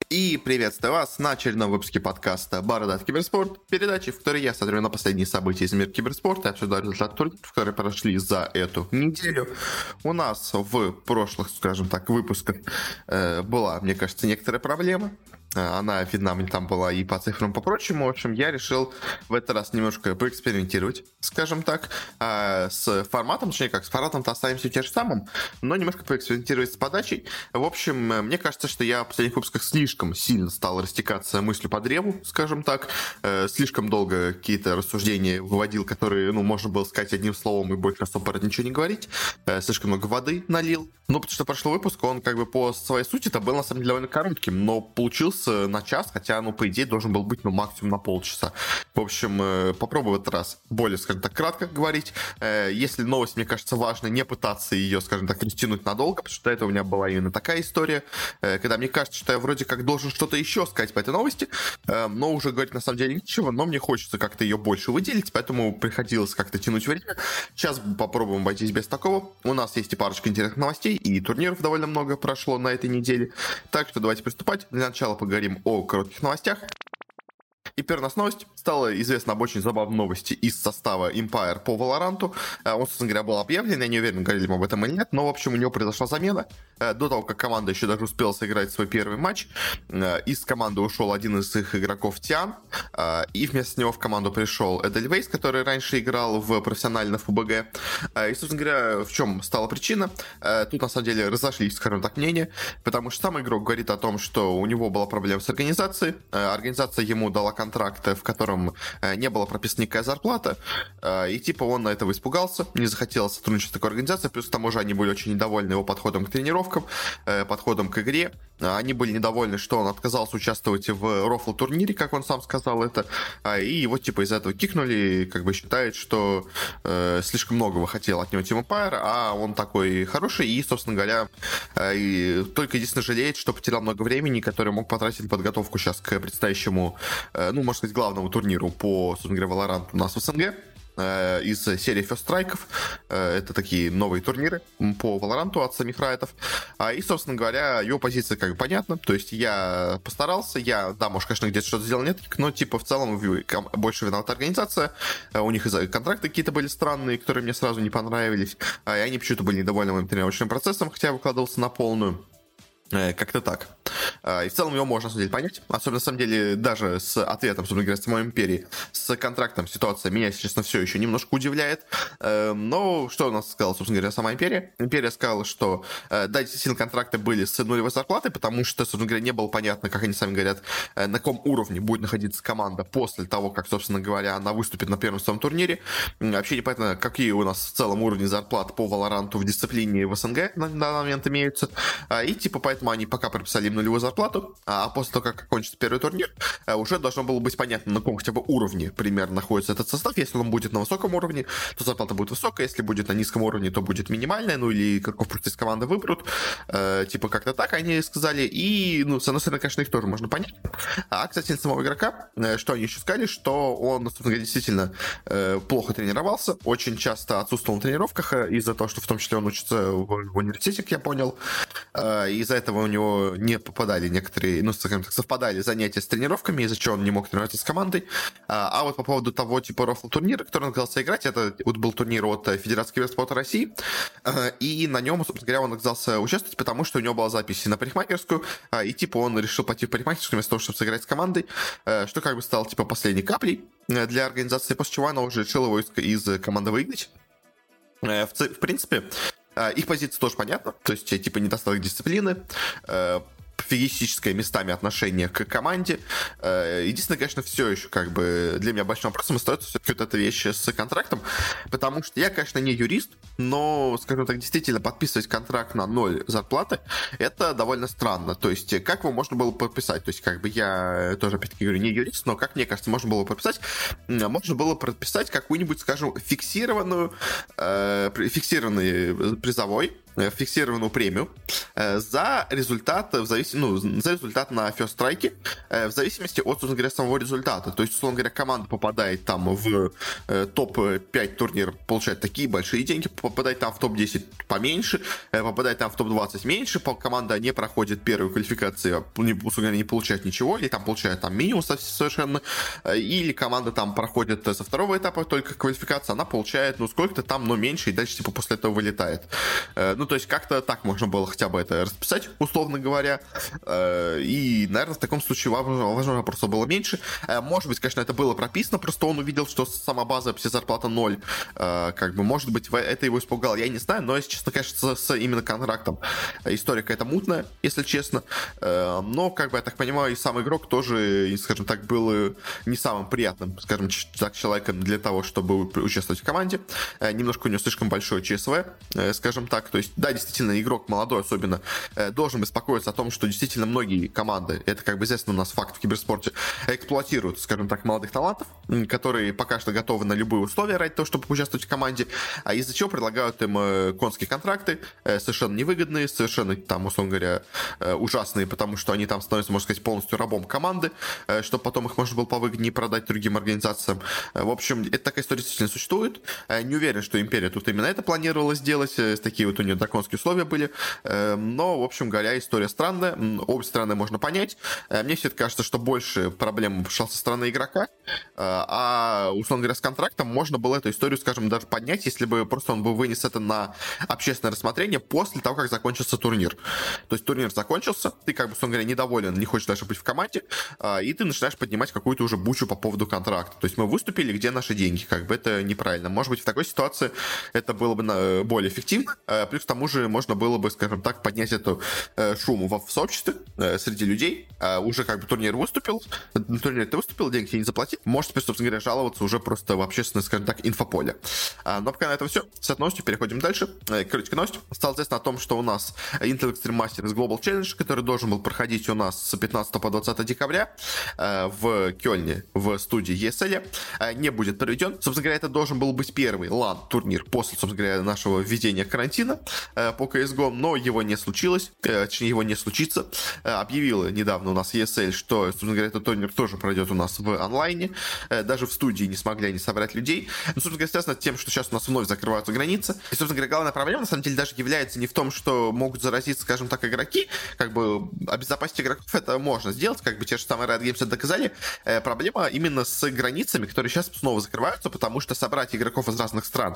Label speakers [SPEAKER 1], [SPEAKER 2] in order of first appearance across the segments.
[SPEAKER 1] И приветствую вас на очередном выпуске подкаста «Бородатый киберспорт», передачи, в которой я смотрю на последние события из мира киберспорта и обсуждаю результаты турниров, которые прошли за эту неделю. У нас в прошлых, скажем так, выпусках была, мне кажется, некоторая проблема. Она видна мне там была и по цифрам, по прочему. В общем, я решил в этот раз немножко поэкспериментировать, скажем так, с форматом, точнее как, с форматом-то останемся тем же самым, но немножко поэкспериментировать с подачей. В общем, мне кажется, что я в последних выпусках слишком сильно стал растекаться мыслью по древу, скажем так. Слишком долго какие-то рассуждения выводил, которые, можно было сказать одним словом и больше особо ничего не говорить. Слишком много воды налил. Потому что прошлый выпуск, он как бы по своей сути-то был на самом деле довольно коротким, но получился на час, хотя, по идее, должен был быть, максимум на полчаса. В общем, попробую в этот раз более, скажем так, кратко говорить. Если новость, мне кажется, важно, не пытаться ее, скажем так, растянуть надолго, потому что до этого у меня была именно такая история, когда мне кажется, что я вроде как должен что-то еще сказать по этой новости, но уже говорить на самом деле ничего, но мне хочется как-то ее больше выделить, поэтому приходилось как-то тянуть время. Сейчас попробуем обойтись без такого. У нас есть и парочка интересных новостей, и турниров довольно много прошло на этой неделе. Так что давайте приступать. Для начала поговорим о коротких новостях. И первая у нас новость. Стало известно об очень забавной новости из состава Empire по Valorant. Он, собственно говоря, был объявлен. Я не уверен, говорили мы об этом или нет. Но, в общем, у него произошла замена. До того, как команда еще даже успела сыграть свой первый матч, из команды ушел один из их игроков Тиан. И вместо него в команду пришел Эдельвейс, который раньше играл в профессионально в ФБГ. И, собственно говоря, в чем стала причина? Тут, на самом деле, разошлись, скажем так, мнения. Потому что сам игрок говорит о том, что у него была проблема с организацией. Организация ему дала контракт, в котором не было прописана никакая зарплата, и он на этого испугался, не захотел сотрудничать с такой организацией, плюс к тому же они были очень недовольны его подходом к тренировкам, подходом к игре, они были недовольны, что он отказался участвовать в рофл-турнире, как он сам сказал это, и его из-за этого кикнули, считает, что слишком многого хотел от него Team Empire, а он такой хороший, и, собственно говоря, только единственное жалеет, что потерял много времени, которое мог потратить на подготовку сейчас к предстоящему, можно сказать, главному турниру по, собственно говоря, Valorant у нас в СНГ из серии First Strike'ов. Это такие новые турниры по Valorant от самих райтов. И, собственно говоря, его позиция понятна. То есть я постарался, может, конечно, где-то что-то сделал нет, но в целом больше виновата организация. У них контракты какие-то были странные, которые мне сразу не понравились. И они почему-то были недовольны моим тренировочным процессом, хотя я выкладывался на полную. Как-то так. И в целом его можно, на самом деле, понять. Особенно, на самом деле, даже с ответом, собственно говоря, с самой Империи, с контрактом ситуация меня, если честно, все еще немножко удивляет. Но что у нас сказала, собственно говоря, сама Империя? Империя сказала, что, да, действительно, контракты были с нулевой зарплатой, потому что, собственно говоря, не было понятно, как они сами говорят, на каком уровне будет находиться команда после того, как, собственно говоря, она выступит на первом своем турнире. Вообще непонятно, какие у нас в целом уровни зарплат по Валоранту в дисциплине в СНГ на данный момент имеются. И, поэтому они пока прописали им нулевую зарплату, а после того, как кончится первый турнир, уже должно было быть понятно, на каком хотя бы уровне примерно находится этот состав. Если он будет на высоком уровне, то зарплата будет высокая, если будет на низком уровне, то будет минимальная, или игроков просто из команды выберут, как-то так они сказали, и, с одной стороны, конечно, их тоже можно понять. Кстати, самого игрока, что они еще сказали, что он, собственно говоря, действительно плохо тренировался, очень часто отсутствовал на тренировках из-за того, что в том числе он учится в университете, как я понял, из-за этого у него не попадали некоторые, скажем так, совпадали занятия с тренировками, из-за чего он не мог тренироваться с командой. А вот по поводу того рофл-турнира, который он оказался играть, это был турнир от Федерации киберспорта России, и на нем, собственно говоря, он оказался участвовать, потому что у него была запись на парикмахерскую, и он решил пойти в парикмахерскую вместо того, чтобы сыграть с командой, что стало последней каплей для организации, после чего она уже решила его из команды выиграть. В принципе, их позиция тоже понятна, то есть недостаток дисциплины, физическое местами отношение к команде. Единственное, конечно, все еще для меня большим вопросом остается все-таки вот эта вещь с контрактом, потому что я, конечно, не юрист, но, скажем так, действительно подписывать контракт на 0 зарплаты, это довольно странно. То есть, как его можно было подписать? То есть, я тоже, опять-таки, говорю, не юрист, но, как мне кажется, можно было подписать? Можно было подписать какую-нибудь, скажем, фиксированный призовой, фиксированную премию за результат за результат на First Strike в зависимости от, собственно говоря, самого результата. То есть, условно говоря, команда попадает там в топ-5 турнир, получает такие большие деньги, попадает там в топ-10 поменьше, попадает там в топ-20 меньше, команда не проходит первую квалификацию, условно говоря, не получает ничего, или там получает там минимум совершенно, или команда там проходит со второго этапа только квалификация, она получает, сколько-то там, но меньше, и дальше, типа, после этого вылетает. То есть, как-то так можно было хотя бы это расписать, условно говоря, и, наверное, в таком случае важного просто было меньше. Может быть, конечно, это было прописано, просто он увидел, что сама база, все зарплата 0, может быть, это его испугало, я не знаю, но, если честно, конечно, с именно контрактом история какая-то мутная, если честно, но, я так понимаю, и сам игрок тоже, скажем так, был не самым приятным, скажем так, человеком для того, чтобы участвовать в команде. Немножко у него слишком большой ЧСВ, скажем так, то есть, да, действительно, игрок молодой особенно должен беспокоиться о том, что действительно многие команды, это известно у нас факт в киберспорте, эксплуатируют, скажем так, молодых талантов, которые пока что готовы на любые условия ради того, чтобы участвовать в команде, а из-за чего предлагают им конские контракты, совершенно невыгодные, совершенно там, условно говоря, ужасные, потому что они там становятся, можно сказать, полностью рабом команды, чтобы потом их можно было повыгоднее продать другим организациям. В общем, это такая история действительно существует. Не уверен, что Империя тут именно это планировала сделать, такие вот у нее драконские условия были, но, в общем говоря, история странная, обе стороны можно понять. Мне все-таки кажется, что больше проблем пошла со стороны игрока, а, условно говоря, с контрактом можно было эту историю, скажем, даже поднять, если бы просто он бы вынес это на общественное рассмотрение после того, как закончился турнир. То есть турнир закончился, ты, условно говоря, недоволен, не хочешь дальше быть в команде, и ты начинаешь поднимать какую-то уже бучу по поводу контракта. То есть мы выступили, где наши деньги? Это неправильно. Может быть, в такой ситуации это было бы более эффективно, плюс к тому же можно было бы, скажем так, поднять эту шуму в сообществе среди людей. Уже турнир выступил, на турнире ты выступил, деньги тебе не заплатил, можешь теперь, собственно говоря, жаловаться уже просто в общественное, скажем так, инфополе. Но пока на этом все. С этой новостью переходим дальше. Коротко, новость. Стало известно о том, что у нас Intel Extreme Masters Global Challenge, который должен был проходить у нас с 15 по 20 декабря в Кёльне, в студии ESL, не будет проведен. Собственно говоря, это должен был быть первый LAN-турнир после, собственно говоря, нашего введения карантина по CSGO, но его не случилось, точнее, его не случится. Объявила недавно у нас ESL, что, собственно говоря, этот турнир тоже пройдет у нас в онлайне. Даже в студии не смогли они собрать людей. Но, собственно говоря, связано с тем, что сейчас у нас вновь закрываются границы. И, собственно говоря, главная проблема, на самом деле, даже является не в том, что могут заразиться, скажем так, игроки. Обезопасить игроков это можно сделать, те же самые Riot Games это доказали. Проблема именно с границами, которые сейчас снова закрываются, потому что собрать игроков из разных стран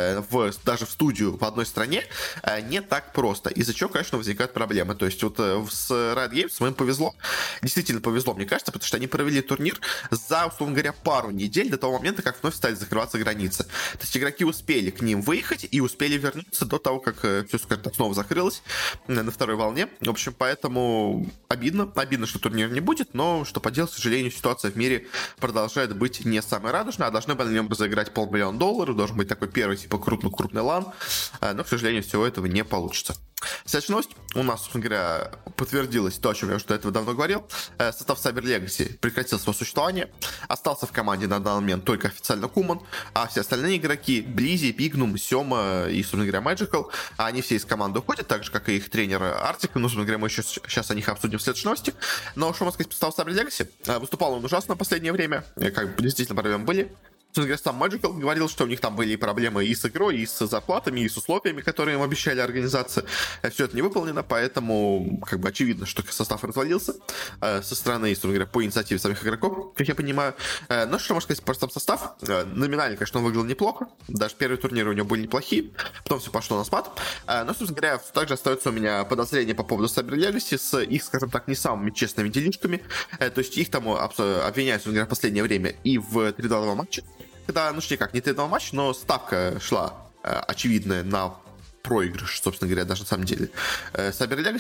[SPEAKER 1] даже в студию в одной стране не так просто. Из-за чего, конечно, возникают проблемы. То есть с Riot Games им повезло. Действительно повезло, мне кажется, потому что они провели турнир за, условно говоря, пару недель до того момента, как вновь стали закрываться границы. То есть игроки успели к ним выехать и успели вернуться до того, как все, скажем так, снова закрылось на второй волне. В общем, поэтому обидно, что турнир не будет, но что поделать, к сожалению, ситуация в мире продолжает быть не самой радужной, а должны были на нем разыграть $500 000, должен быть такой первый, крупный лан, но, к сожалению, всего этого не получится. Следующая новость у нас, собственно говоря, подтвердилась то, о чем я уже до этого давно говорил. Состав Cyber Legacy прекратил свое существование. Остался в команде на данный момент только официально Куман, а все остальные игроки, Близи, Пигнум, Сёма и, собственно говоря, Magical, они все из команды уходят, так же, как и их тренер Артик. Ну, собственно говоря, мы еще сейчас о них обсудим в следующей новости. Но что можно сказать по составу Cyber Legacy? Выступал он ужасно в последнее время, действительно проблемы были. Сам Magical говорил, что у них там были проблемы и с игрой, и с зарплатами, и с условиями, которые им обещали организация. Все это не выполнено, поэтому очевидно, что состав развалился со стороны, собственно говоря, по инициативе самих игроков, как я понимаю. Но что можно сказать про сам состав? Номинально, конечно, он выглядел неплохо. Даже первые турниры у него были неплохие. Потом все пошло на спад. Но, собственно говоря, также остается у меня подозрение по поводу Cyber Legacy с их, скажем так, не самыми честными делишками. То есть их там обвиняют, собственно говоря, в последнее время и в 3-2 матче. Когда, не 3-2 матч, но ставка шла очевидная на проигрыш, собственно говоря, даже на самом деле Cyber Legacy.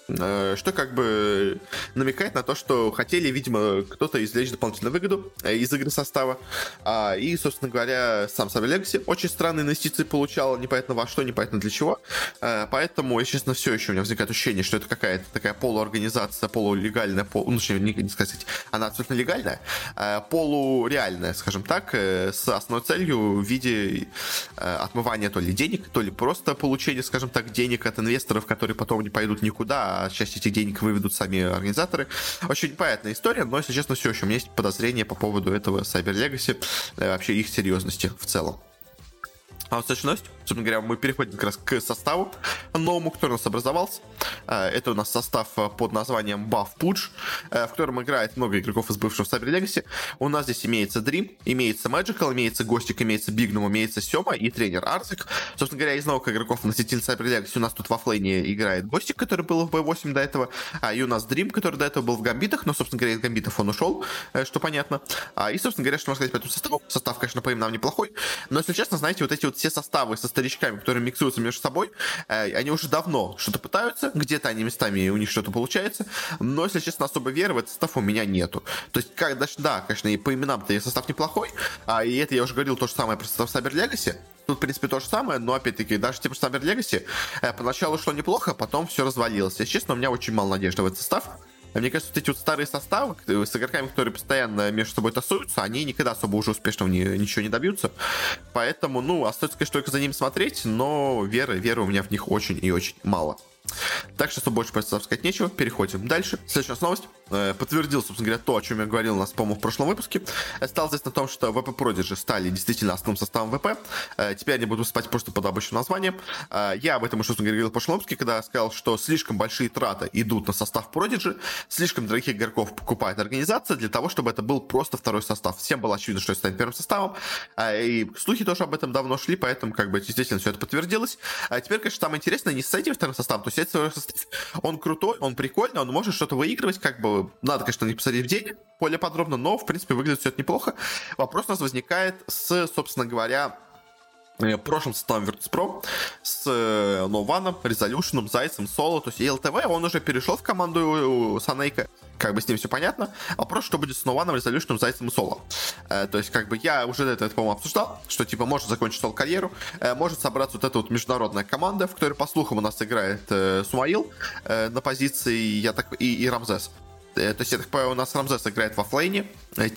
[SPEAKER 1] что как бы намекает на то, что хотели, видимо, кто-то извлечь дополнительную выгоду из игры состава. И, собственно говоря, сам Cyber Legacy очень странные инвестиции получал, непонятно во что, непонятно для чего. Поэтому, если честно, все еще у меня возникает ощущение, что это какая-то такая полуорганизация, полулегальная, не сказать, она абсолютно легальная, полуреальная, скажем так, с основной целью в виде отмывания то ли денег, то ли просто получения, скажем так, денег от инвесторов, которые потом не пойдут никуда, а часть этих денег выведут сами организаторы. Очень непонятная история, но, если честно, все еще у меня есть подозрения по поводу этого Cyber Legacy, вообще их серьезности в целом. А вот следующая новость, собственно говоря, мы переходим как раз к составу новому, который у нас образовался. Это у нас состав под названием Buff Pudge, в котором играет много игроков из бывшего Cyber Legacy. У нас здесь имеется Dream, имеется Magical, имеется Гостик, имеется Bignum, имеется Сёма и тренер Арзик. Собственно говоря, из новых игроков относительно Cyber Legacy у нас тут во флейне играет Гостик, который был в B8 до этого, и у нас Dream, который до этого был в Гамбитах, но, собственно говоря, из Гамбитов он ушел, что понятно. И, собственно говоря, что можно сказать по этому составу? Состав, конечно, по именам неплохой, но, если честно, знаете, вот эти вот все составы со старичками, которые миксуются между собой, они уже давно что-то пытаются, где-то они местами у них что-то получается, но, если честно, особо веры в этот состав у меня нету. То есть, да, конечно, и по именам-то состав неплохой, и это я уже говорил то же самое про состав Cyber Legacy. Тут, в принципе, то же самое, но, опять-таки, даже типа Cyber Legacy поначалу шло неплохо, а потом все развалилось. Если честно, у меня очень мало надежды в этот состав. Мне кажется, вот эти вот старые составы с игроками, которые постоянно между собой тасуются, они никогда особо уже успешного ничего не добьются. Поэтому, остается, конечно, только за ними смотреть, но веры у меня в них очень и очень мало. Так что больше про это сказать нечего. Переходим дальше. Следующая новость. Подтвердил, собственно говоря, то, о чем я говорил у нас, по-моему, в прошлом выпуске. Стало известно о том, что VP Prodigy стали действительно основным составом ВП. Теперь они будут выступать просто под обычным названием. Я об этом уже, собственно, говорил в прошлом выпуске, когда сказал, что слишком большие траты идут на состав Prodigy, слишком дорогих игроков покупает организация для того, чтобы это был просто второй состав. Всем было очевидно, что это станет первым составом. И слухи тоже об этом давно шли, поэтому, действительно, все это подтвердилось. Теперь, конечно, самое интересное не с этим вторым составом, то есть этот состав, он крутой, он прикольный, он может что-то выигрывать, надо, конечно, не посмотреть в день более подробно, но, в принципе, выглядит все это неплохо. Вопрос у нас возникает с, собственно говоря, прошлым составом Virtus.pro, с Нованом, Резолюшеном, Зайцем, Соло, то есть и ЛТВ, он уже перешел в команду Санейка, с ним все понятно. Вопрос, что будет с Нованом, Резолюшеном, Зайцем и Соло. То есть, я уже это, по-моему, обсуждал, что, может закончить соло-карьеру, может собраться вот эта вот международная команда, в которой, по слухам, у нас играет Сумаил на позиции, и Рамзес. То есть, я так понимаю, у нас Рамзес играет во флейне,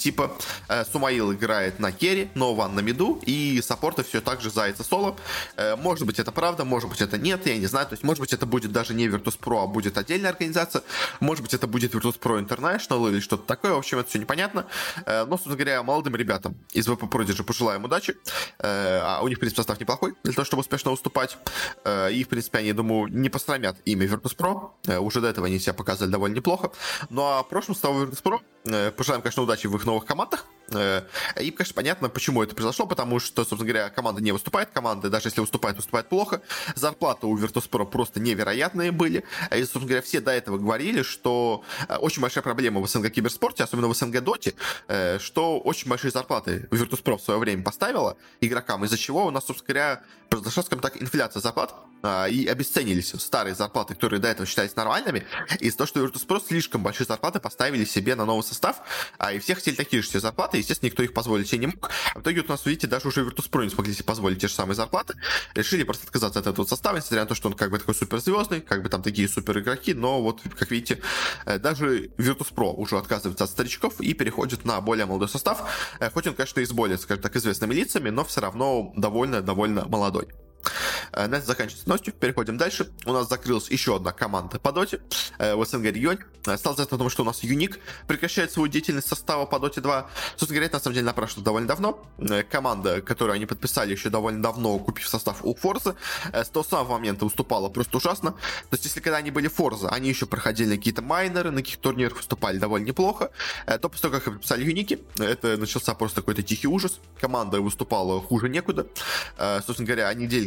[SPEAKER 1] Сумаил играет на керри, Нован на миду, и саппорты все так же Зайца Соло. Может быть, это правда, может быть, это нет, я не знаю. То есть, может быть, это будет даже не Virtus.pro, а будет отдельная организация. Может быть, это будет Virtus.pro International или что-то такое. В общем, это все непонятно. Но, собственно говоря, молодым ребятам из VP Prodigy пожелаем удачи. У них, в принципе, состав неплохой для того, чтобы успешно выступать. И, в принципе, они, думаю, не посрамят имя Virtus.pro. Уже до этого они себя показали довольно неплохо. Ну, а прошлому составу Virtus.pro пожелаем, конечно, удачи в их новых командах. И, конечно, понятно, почему это произошло, потому что, собственно говоря, команда не выступает, команда, даже если выступает плохо. Зарплаты у Virtus.pro просто невероятные были. И, собственно говоря, все до этого говорили, что очень большая проблема в СНГ киберспорте, особенно в СНГ доте, что очень большие зарплаты Virtus.pro в свое время поставила игрокам, из-за чего у нас, собственно говоря, произошла, скажем так, инфляция зарплат, и обесценились старые зарплаты, которые до этого считались нормальными, из-за того, что Virtus.pro слишком большие зарплаты поставили себе на новый состав, и все хотели такие же зарплаты, естественно, никто их позволить себе не мог. В итоге вот у нас, видите, даже уже Virtus.pro не смогли себе позволить те же самые зарплаты, решили просто отказаться от этого состава, несмотря на то, что он такой суперзвездный, там такие супер игроки, но вот, как видите, даже Virtus.pro уже отказывается от старичков и переходит на более молодой состав, хоть он, конечно, и с более, скажем так, известными лицами, но все равно довольно молодой. На этом заканчивается новостью. Переходим дальше. У нас закрылась еще одна команда по доте в СНГ регионе. Стало известно о том, что у нас Юник прекращает свою деятельность состава по доте 2. Собственно говоря, это на самом деле напрашивается довольно давно. Команда, которую они подписали еще довольно давно, купив состав у Форза, с того самого момента уступала просто ужасно. То есть, если когда они были Форза, они еще проходили какие-то майнеры, на каких-то турнирах выступали довольно неплохо, то после того, как подписали Юники, это начался просто какой-то тихий ужас. Команда выступала хуже некуда. Собственно говоря, они делали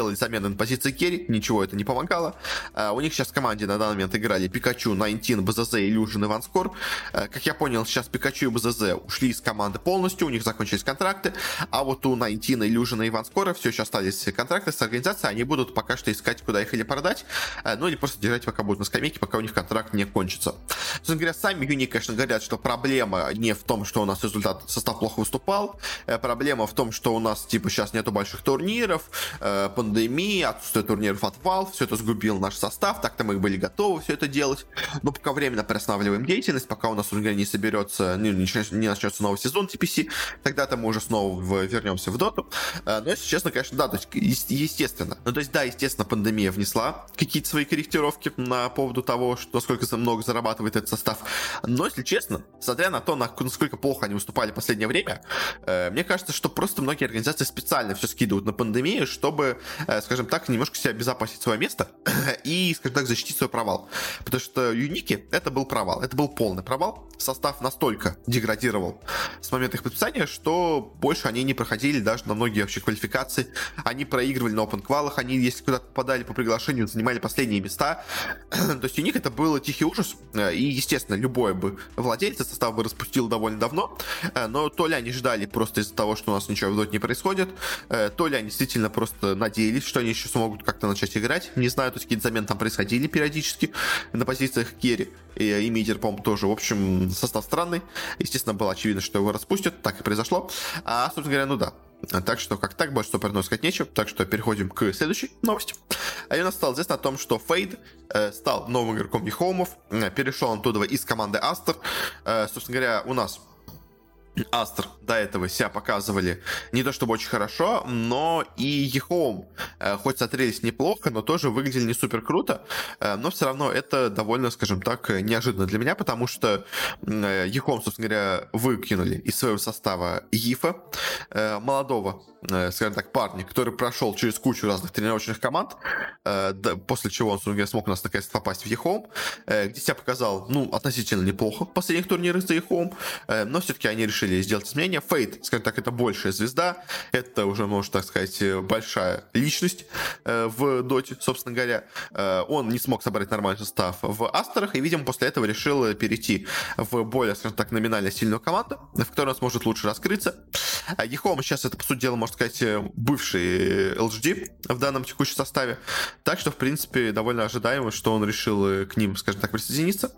[SPEAKER 1] сделали замены на позиции керри, ничего это не помогало. У них сейчас в команде на данный момент играли Пикачу, 19, БЗЗ, Illusion и Ванскор. Как я понял, сейчас Пикачу и БЗЗ ушли из команды полностью, у них закончились контракты, а вот у 19, Illusion и Ванскора все еще остались контракты с организацией, они будут пока что искать, куда их или продать, ну или просто держать, пока будут на скамейке, пока у них контракт не кончится. Собственно говоря, сами Юник, конечно, говорят, что проблема не в том, что у нас состав плохо выступал, проблема в том, что у нас типа сейчас нету больших турниров, пандемия, отсутствие турниров от Valve, все это сгубил наш состав, так-то мы были готовы все это делать, но пока временно приостанавливаем деятельность, пока у нас уже не соберется, не начнется новый сезон TPC, тогда-то мы уже снова вернемся в доту. Но если честно, конечно, да, то есть естественно. Ну, то есть, да, естественно, пандемия внесла какие-то свои корректировки на поводу того, что насколько много зарабатывает этот состав. Но, если честно, смотря на то, насколько плохо они выступали в последнее время, мне кажется, что просто многие организации специально все скидывают на пандемию, чтобы, скажем так, немножко себя обезопасить свое место и, скажем так, защитить свой провал. Потому что Юники это был провал, это был полный провал. Состав настолько деградировал с момента их подписания, что больше они не проходили даже на многие вообще квалификации. Они проигрывали на опен-квалах, они, если куда-то попадали по приглашению, занимали последние места. То есть у них это был тихий ужас. И, естественно, любой бы владелец состав бы распустил довольно давно. Но то ли они ждали просто из-за того, что у нас ничего в доте не происходит, то ли они действительно просто надеялись, что они еще смогут как-то начать играть. Не знаю, то есть какие-то замены там происходили периодически на позициях керри и мидер, по-моему, тоже. В общем, состав странный. Естественно, было очевидно, что его распустят. Так и произошло. А, собственно говоря, ну да. Так что, как так, больше супер сказать нечего. Так что переходим к следующей новости. И у нас стало известно о том, что Fade стал новым игроком eHome. Перешел он оттуда из команды Aster. Собственно говоря, у нас Астер до этого себя показывали не то чтобы очень хорошо, но и eHome хоть смотрелись неплохо, но тоже выглядели не супер круто, но все равно это довольно, скажем так, неожиданно для меня, потому что eHome, собственно говоря, выкинули из своего состава Ифа, молодого, скажем так, парня, который прошел через кучу разных тренировочных команд, после чего он, собственно говоря, смог у нас наконец-то попасть в eHome, где себя показал, ну, относительно неплохо в последних турнирах за eHome, но все-таки они решили сделать изменения. Fade, скажем так, это большая звезда, это уже, можно так сказать, большая личность в доте, собственно говоря. Он не смог собрать нормальный состав в Астерах, и, видимо, после этого решил перейти в более, скажем так, номинально сильную команду, в которой он сможет лучше раскрыться. eHome сейчас это, по сути дела, можно сказать, бывший LGD в данном текущем составе, так что, в принципе, довольно ожидаемо, что он решил к ним, скажем так, присоединиться.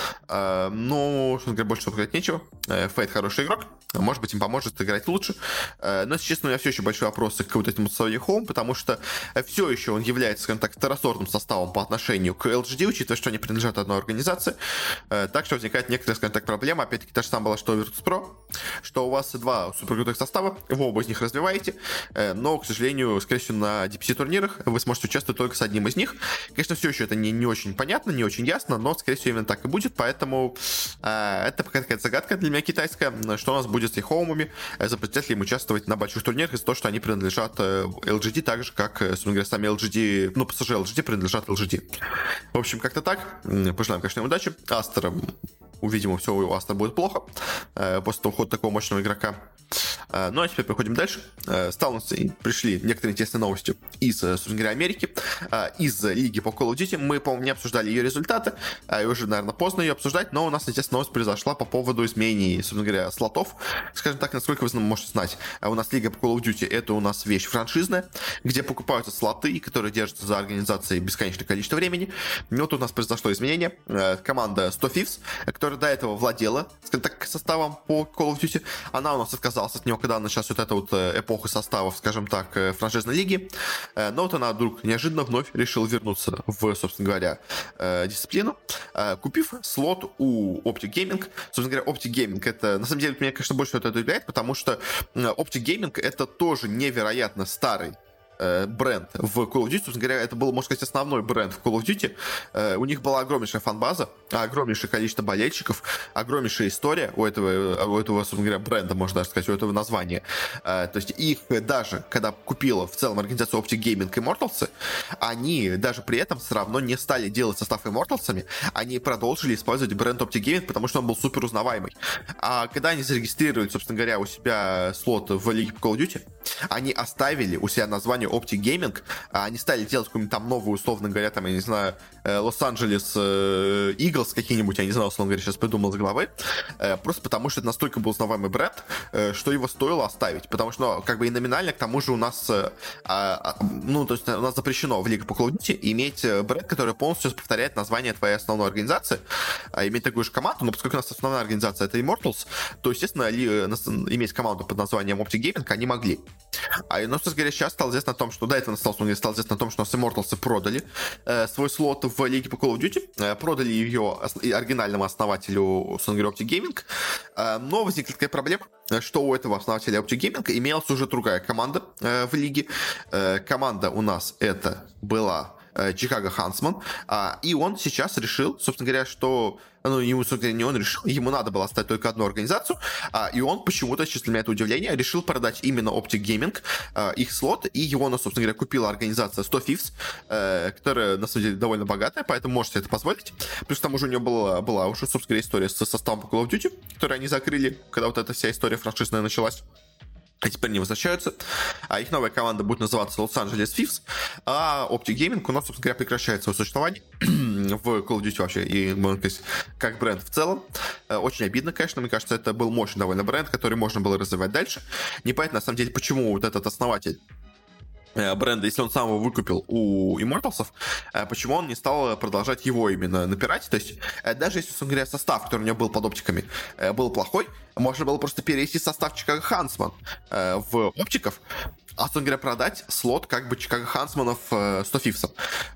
[SPEAKER 1] Но, что говоря, больше сказать нечего. Fade хороший игрок, может быть, им поможет играть лучше. Но, если честно, у меня все еще большие вопросы к вот этому составу eHome, потому что все еще он является, скажем так, второсортным составом по отношению к LGD, учитывая, что они принадлежат одной организации. Так что возникает некоторая, скажем так, проблема. Опять-таки, та же самая была, что у Virtus.pro, что у вас два суперкрутых состава, вы оба из них развиваете, но, к сожалению, скорее всего, на DPC-турнирах вы сможете участвовать только с одним из них. Конечно, все еще это не очень понятно, не очень ясно, но, скорее всего, именно так и будет, поэтому это пока какая-то загадка для меня китайская, что у нас будет с eHome, запретят ли им участвовать на больших турнирах из-за того, что они принадлежат LGD, так же, как, собственно говоря, сами LGD, ну, пассажи LGD принадлежат LGD. В общем, как-то так. Пожелаем, конечно, им удачи. Астер, видимо, все у Астер будет плохо после того ухода такого мощного игрока. Ну, а теперь переходим дальше. Пришли некоторые интересные новости из, собственно говоря, Америки, из лиги по Call of Duty. Мы, по-моему, не обсуждали ее результаты, и уже, наверное, поздно ее обсуждать, но у нас, естественно, новость произошла по поводу изменений, собственно говоря, слотов. Скажем так, насколько вы можете знать, у нас лига по Call of Duty — это у нас вещь франшизная, где покупаются слоты, которые держатся за организацией бесконечное количество времени. И вот у нас произошло изменение. Команда 100 Thieves, которая до этого владела, скажем так, составом по Call of Duty, она у нас отказалась от него, когда началась вот эта вот эпоха составов, скажем так, франшизной лиги. Но вот она вдруг неожиданно вновь решила вернуться в, собственно говоря, дисциплину, купив слот у Optic Gaming. Собственно говоря, Optic Gaming — это, на самом деле, меня, конечно, больше это удивляет, потому что Optic Gaming — это тоже невероятно старый бренд в Call of Duty. Собственно говоря, это был, можно сказать, основной бренд в Call of Duty. У них была огромнейшая фан-база. огромнейшее количество болельщиков, огромнейшая история собственно говоря, бренда, можно даже сказать, у этого названия. То есть их даже, когда купила в целом организация Optic Gaming Immortals, они даже при этом все равно не стали делать состав Immortals'ами, они продолжили использовать бренд Optic Gaming, потому что он был супер узнаваемый. А когда они зарегистрировали, собственно говоря, у себя слот в Лиге по Call of Duty, они оставили у себя название Optic Gaming, они стали делать какую-нибудь там новую, условно говоря, там, я не знаю, Лос-Анджелес Eagles какие-нибудь, я не знаю, условно говоря, сейчас придумал с головы, просто потому что это настолько был узнаваемый бренд, что его стоило оставить, потому что, ну, как бы и номинально, к тому же у нас, то есть у нас запрещено в Лиге по Call of Duty иметь бренд, который полностью повторяет название твоей основной организации, иметь такую же команду, но поскольку у нас основная организация это Immortals, то, естественно, иметь команду под названием Optic Gaming они могли. Но, собственно говоря, сейчас стало известно о том, что до этого стало известно о том, что у нас Immortals продали свой слот в Лиге по Call of Duty, продали ее оригинальному основателю, собственно говоря, Optic Gaming, но возникла такая проблема, что у этого основателя Optic Gaming имелась уже другая команда в лиге. Команда у нас это была Chicago Huntsman, и он сейчас решил, собственно говоря, что ему, собственно, не он решил, ему надо было оставить только одну организацию, и он почему-то, честно для меня это удивление, решил продать именно Optic Gaming, их слот, и его, собственно говоря, купила организация 100 Thieves, которая, на самом деле, довольно богатая, поэтому можете это позволить. Плюс к тому же у нее была уже, собственно говоря, история с составом по Call of Duty, которую они закрыли, когда вот эта вся история франшизная началась. А теперь они возвращаются. Их новая команда будет называться Los-Angeles Thieves. А Optic Gaming у нас, собственно говоря, прекращает свое существование в Call of Duty вообще. И, можно сказать, как бренд в целом. Очень обидно, конечно. Мне кажется, это был мощный довольно бренд, который можно было развивать дальше. Непонятно, на самом деле, почему вот этот основатель бренда, если он сам его выкупил у Immortals'ов, почему он не стал продолжать его именно напирать. То есть, даже если, собственно говоря, состав, который у него был под оптиками, был плохой, можно было просто перевести состав Chicago Huntsman в оптиков, собственно говоря, продать слот как бы Chicago Huntsman'ов 100 Thieves.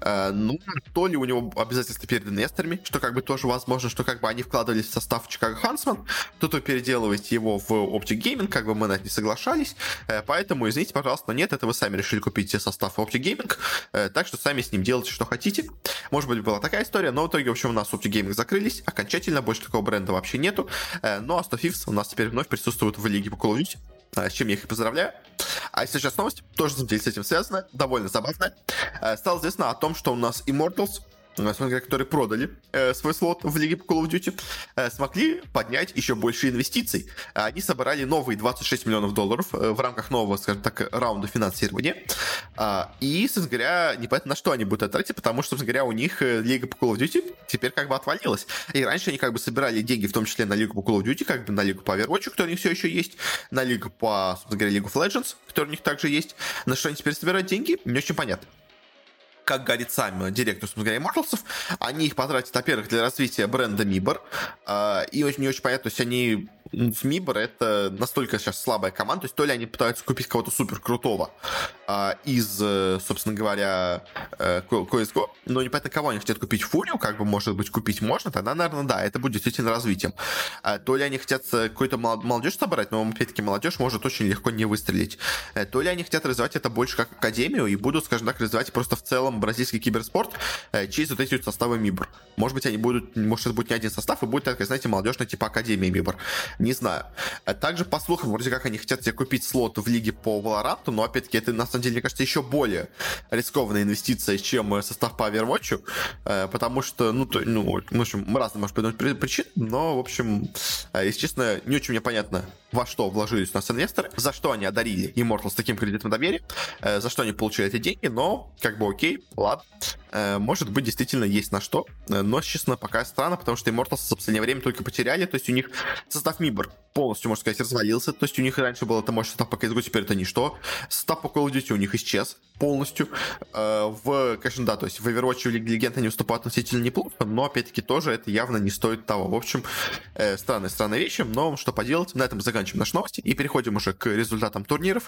[SPEAKER 1] То ли у него обязательства перед инвесторами, что как бы тоже возможно, что как бы они вкладывались в состав Chicago Huntsman, то переделываете его в Optic Gaming, как бы мы на это не соглашались, поэтому, извините, пожалуйста, но нет, это вы сами решили купить состав Optic Gaming, так что сами с ним делайте, что хотите. Может быть, была такая история, но в итоге, в общем, у нас Optic Gaming закрылись, окончательно, больше такого бренда вообще нету, а 100 Thieves у нас теперь вновь присутствуют в Лиге по Call of Duty, с чем я их и поздравляю. А сейчас новость, тоже, на самом деле, с этим связана, довольно забавная. Стало известно о том, что у нас Immortals, которые продали свой слот в Лиге по Call of Duty, смогли поднять еще больше инвестиций. Они собрали новые $26 миллионов в рамках нового, скажем так, раунда финансирования. И, собственно говоря, непонятно, на что они будут это тратить, потому что, собственно говоря, у них Лига по Call of Duty теперь как бы отвалилась. И раньше они как бы собирали деньги, в том числе на Лигу по Call of Duty, как бы на Лигу по Overwatch, которая у них все еще есть, на Лигу по, собственно говоря, League of Legends, которая у них также есть. На что они теперь собирают деньги, не очень понятно. Как говорит сам директор, собственно говоря, Immortals'ов, они их потратят, во-первых, для развития бренда Mibor, и не очень понятно, то есть они в Mibor это настолько сейчас слабая команда, то есть то ли они пытаются купить кого-то супер крутого из, собственно говоря, CSGO, но непонятно, кого они хотят купить. Фурию, как бы, может быть, купить можно, тогда, наверное, да, это будет действительно развитием. То ли они хотят какую-то молодежь собрать, но, опять-таки, молодежь может очень легко не выстрелить. То ли они хотят развивать это больше как академию и будут, скажем так, развивать просто в целом бразильский киберспорт через вот эти вот составы Mibor. Может быть, они будут, может, это будет не один состав, и будет такая, знаете, молодежная типа Академия Mibor. Не знаю. Также, по слухам, вроде как они хотят себе купить слот в лиге по Valorant, но, опять-таки, это, на самом деле, мне кажется, еще более рискованная инвестиция, чем состав по Overwatch, потому что, в общем, разные, может, придумать причин, но, в общем, если честно, не очень мне понятно, во что вложились у нас инвесторы, за что они одарили Immortals таким кредитом доверия, за что они получили эти деньги, но, как бы, окей, ладно. Может быть, действительно есть на что, но, честно, пока странно, потому что Immortals в последнее время только потеряли, то есть у них состав Mibor полностью, можно сказать, развалился, то есть у них раньше был это мощный состав по CSGO, теперь это ничто, состав по Call of Duty у них исчез полностью, конечно, да, то есть в Overwatch и League Legends они уступают относительно неплохо, но, опять-таки, тоже это явно не стоит того. В общем, странные вещи, но что поделать, на этом заканчиваем наши новости и переходим уже к результатам турниров.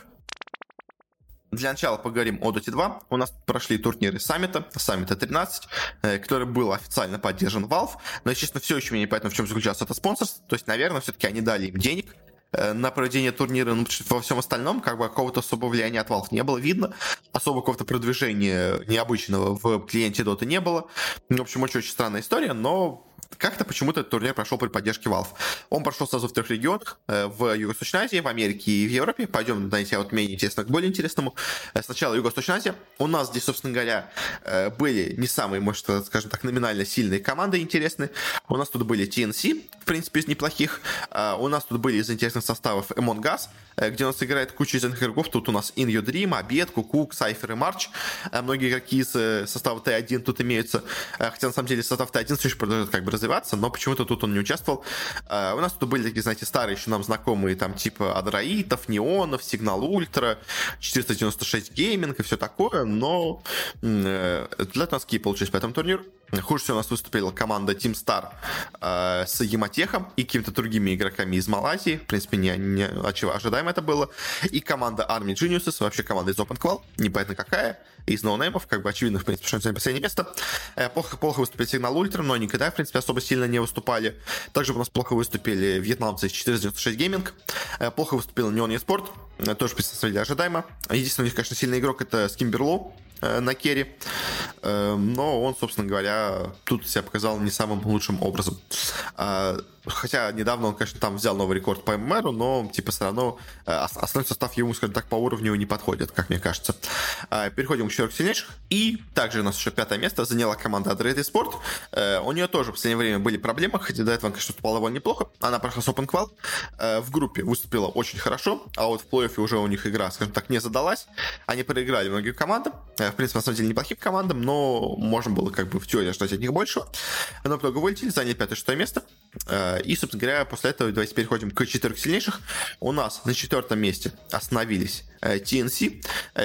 [SPEAKER 1] Для начала поговорим о Dota 2. У нас прошли турниры Саммита 13, который был официально поддержан Valve, но, естественно, все еще мне непонятно, в чем заключался это спонсорство, то есть, наверное, все-таки они дали им денег на проведение турнира, но во всем остальном как бы какого-то особого влияния от Valve не было видно, особо какого-то продвижения необычного в клиенте Dota не было. В общем, очень-очень странная история, но как-то почему-то этот турнир прошел при поддержке Valve. Он прошел сразу в 3 регионах, в Юго-Восточной Азии, в Америке и в Европе. Пойдем, знаете, от менее интересно к более интересному. Сначала Юго-Восточная Азия. У нас здесь, собственно говоря, были не самые, может, скажем так, номинально сильные команды интересные. У нас тут были TNC, в принципе, из неплохих. У нас тут были из интересных составов Among Us, где у нас играет куча известных игроков. Тут у нас In Your Dream, Обед, Кукук, Сайфер и Марч. Многие игроки из состава Т1 тут имеются. Хотя, на самом деле, состав Т1 все еще продолжает как бы развиваться, но почему-то тут он не участвовал. У нас тут были такие, знаете, старые еще нам знакомые, там, типа Адраитов, Неонов, Сигнал Ультра, 496 Гейминг и все такое, но для нас какие получились по этому турниру. Хуже всего у нас выступила команда Team Star с Яматехом и какими-то другими игроками из Малайзии. В принципе, не ожидаемо это было. И команда Army Geniuses, вообще команда из OpenQual, непонятно какая, из ноунеймов, как бы очевидно, в принципе, что они заняли последнее место. Плохо выступили Сигнал Ультра, но никогда, в принципе, особо сильно не выступали. Также у нас плохо выступили вьетнамцы из 496 Gaming. Плохо выступил Neon eSport, тоже, в принципе, ожидаемо. Единственный у них, конечно, сильный игрок — это Скимберлоу на керри, но он, собственно говоря, тут себя показал не самым лучшим образом. Хотя недавно он, конечно, там взял новый рекорд по ММРу, но, типа, все равно основной состав ему, скажем так, по уровню не подходит, как мне кажется. Переходим к 4 сильнейших. И также у нас еще 5 место заняла команда Adroid eSport. У нее тоже в последнее время были проблемы, хотя до этого, конечно, выступала довольно неплохо. Она прошла с OpenQual. В группе выступила очень хорошо, а вот в плей-оффе уже у них игра, скажем так, не задалась. Они проиграли многим командам. В принципе, на самом деле, неплохим командам, но можно было, как бы, в теории ждать от них большего. Но в итоге вылетели, заняли 5-6 место. И, собственно говоря, после этого давайте переходим к 4 сильнейших. У нас на 4 месте остановились TNC.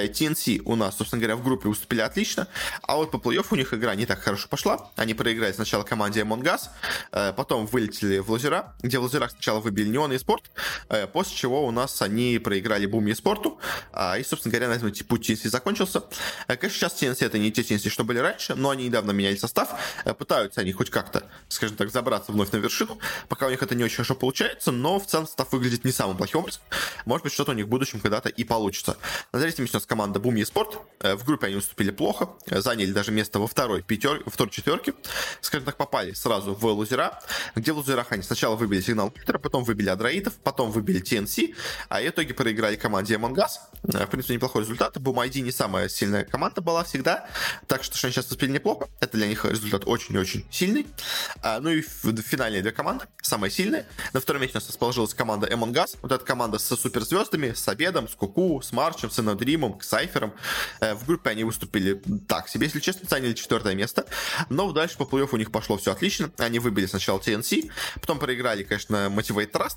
[SPEAKER 1] TNC у нас, собственно говоря, в группе выступили отлично, а вот по плей-оффу у них игра не так хорошо пошла. Они проиграли сначала команде Among Us, потом вылетели в лузера, где в лузерах сначала выбили Neon eSport, после чего у нас они проиграли Boom eSport, и, собственно говоря, на этом путь TNC закончился. Конечно, сейчас TNC это не те TNC, что были раньше, но они недавно меняли состав, пытаются они хоть как-то, скажем так, забраться вновь на вершину. Пока у них это не очень хорошо получается, но в целом состав выглядит не самым плохим образом. Может быть, что-то у них в будущем когда-то и получится. На третьем месте у нас команда Boom eSport. В группе они выступили плохо, заняли даже место во второй четверке. Скажем так, попали сразу в лузера, где в лузерах они сначала выбили Сигнал Ультра, потом выбили Адраитов, потом выбили TNC, а в итоге проиграли команде Among Us. В принципе, неплохой результат. Boom ID не самая сильная команда была всегда, так что они сейчас выступили неплохо. Это для них результат очень-очень сильный. Ну и финальные две команды, самые сильные. На втором месте у нас расположилась команда Among Us. Вот эта команда с суперзвездами, с Обедом, с Куку, с Марчем, с Инодримом, с Сайфером. В группе они выступили так себе, если честно, заняли 4 место. Но дальше по плей-оффу у них пошло все отлично. Они выбили сначала TNC, потом проиграли, конечно, Motivate Trust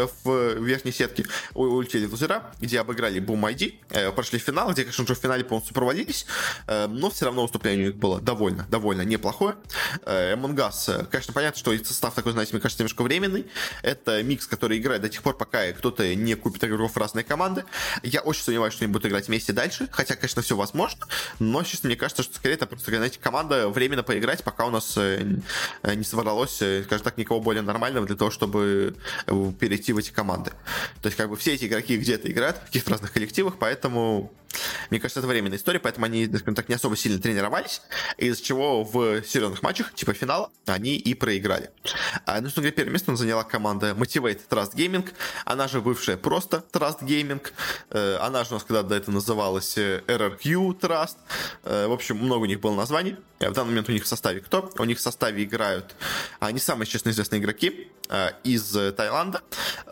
[SPEAKER 1] в верхней сетке, улетели в лузера, где обыграли Boom ID, прошли в финал, где, конечно, уже в финале полностью провалились, но все равно выступление у них было довольно неплохое. Among Us, конечно, понятно, что их состав такой, знаете, мне кажется, немножко временный. Это микс, который играет до тех пор, пока кто-то не купит игроков в разные команды. Я очень сомневаюсь, что они будут играть вместе дальше, хотя, конечно, все возможно, но, честно, мне кажется, что скорее это просто, знаете, команда временно поиграть, пока у нас не собралось, скажем так, никого более нормального для того, чтобы перейти в эти команды. То есть, как бы, все эти игроки где-то играют в каких-то разных коллективах, поэтому, мне кажется, это временная история, поэтому они, скажем так, не особо сильно тренировались, из-за чего в серьезных матчах, типа финала, они и проиграли. Ну, что говоря, первое место заняла команда Motivate Trust Gaming, она же бывшая просто Trust Gaming, она же у нас когда-то до этого называлась RRQ Trust, в общем, много у них было названий. В данный момент у них в составе кто? У них в составе играют не самые, честно, известные игроки из Таиланда,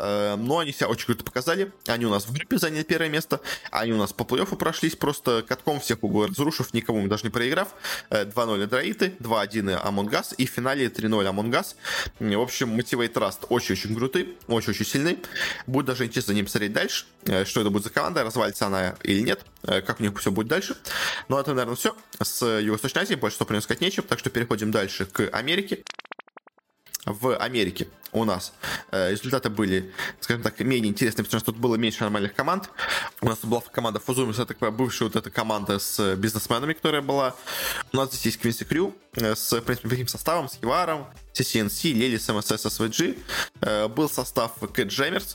[SPEAKER 1] но они себя очень круто показали. Они у нас в группе заняли первое место, они у нас по плей-оффу прошлись просто катком, всех разрушив, никому даже не проиграв. 2-0 Адраиты, 2-1 Among Us и в финале 3-0 Among Us. В общем, Motivate Trust очень-очень крутый, очень-очень сильный. Будет даже интересно за ним посмотреть дальше, что это будет за команда, развалится она или нет, как у них все будет дальше. Ну, это, наверное, все с Юго-Восточной Азии, больше что про него сказать нечего, так что переходим дальше к Америке. в Америке у нас результаты были, скажем так, менее интересные, потому что тут было меньше нормальных команд. У нас была команда Фузумерс, это такая бывшая вот эта команда с бизнесменами, которая была. У нас здесь есть Квинси Крю с, в принципе, таким составом, с Хиваром, CCNC, Лелис, МСС, СВГ. Был состав Кэджемерс,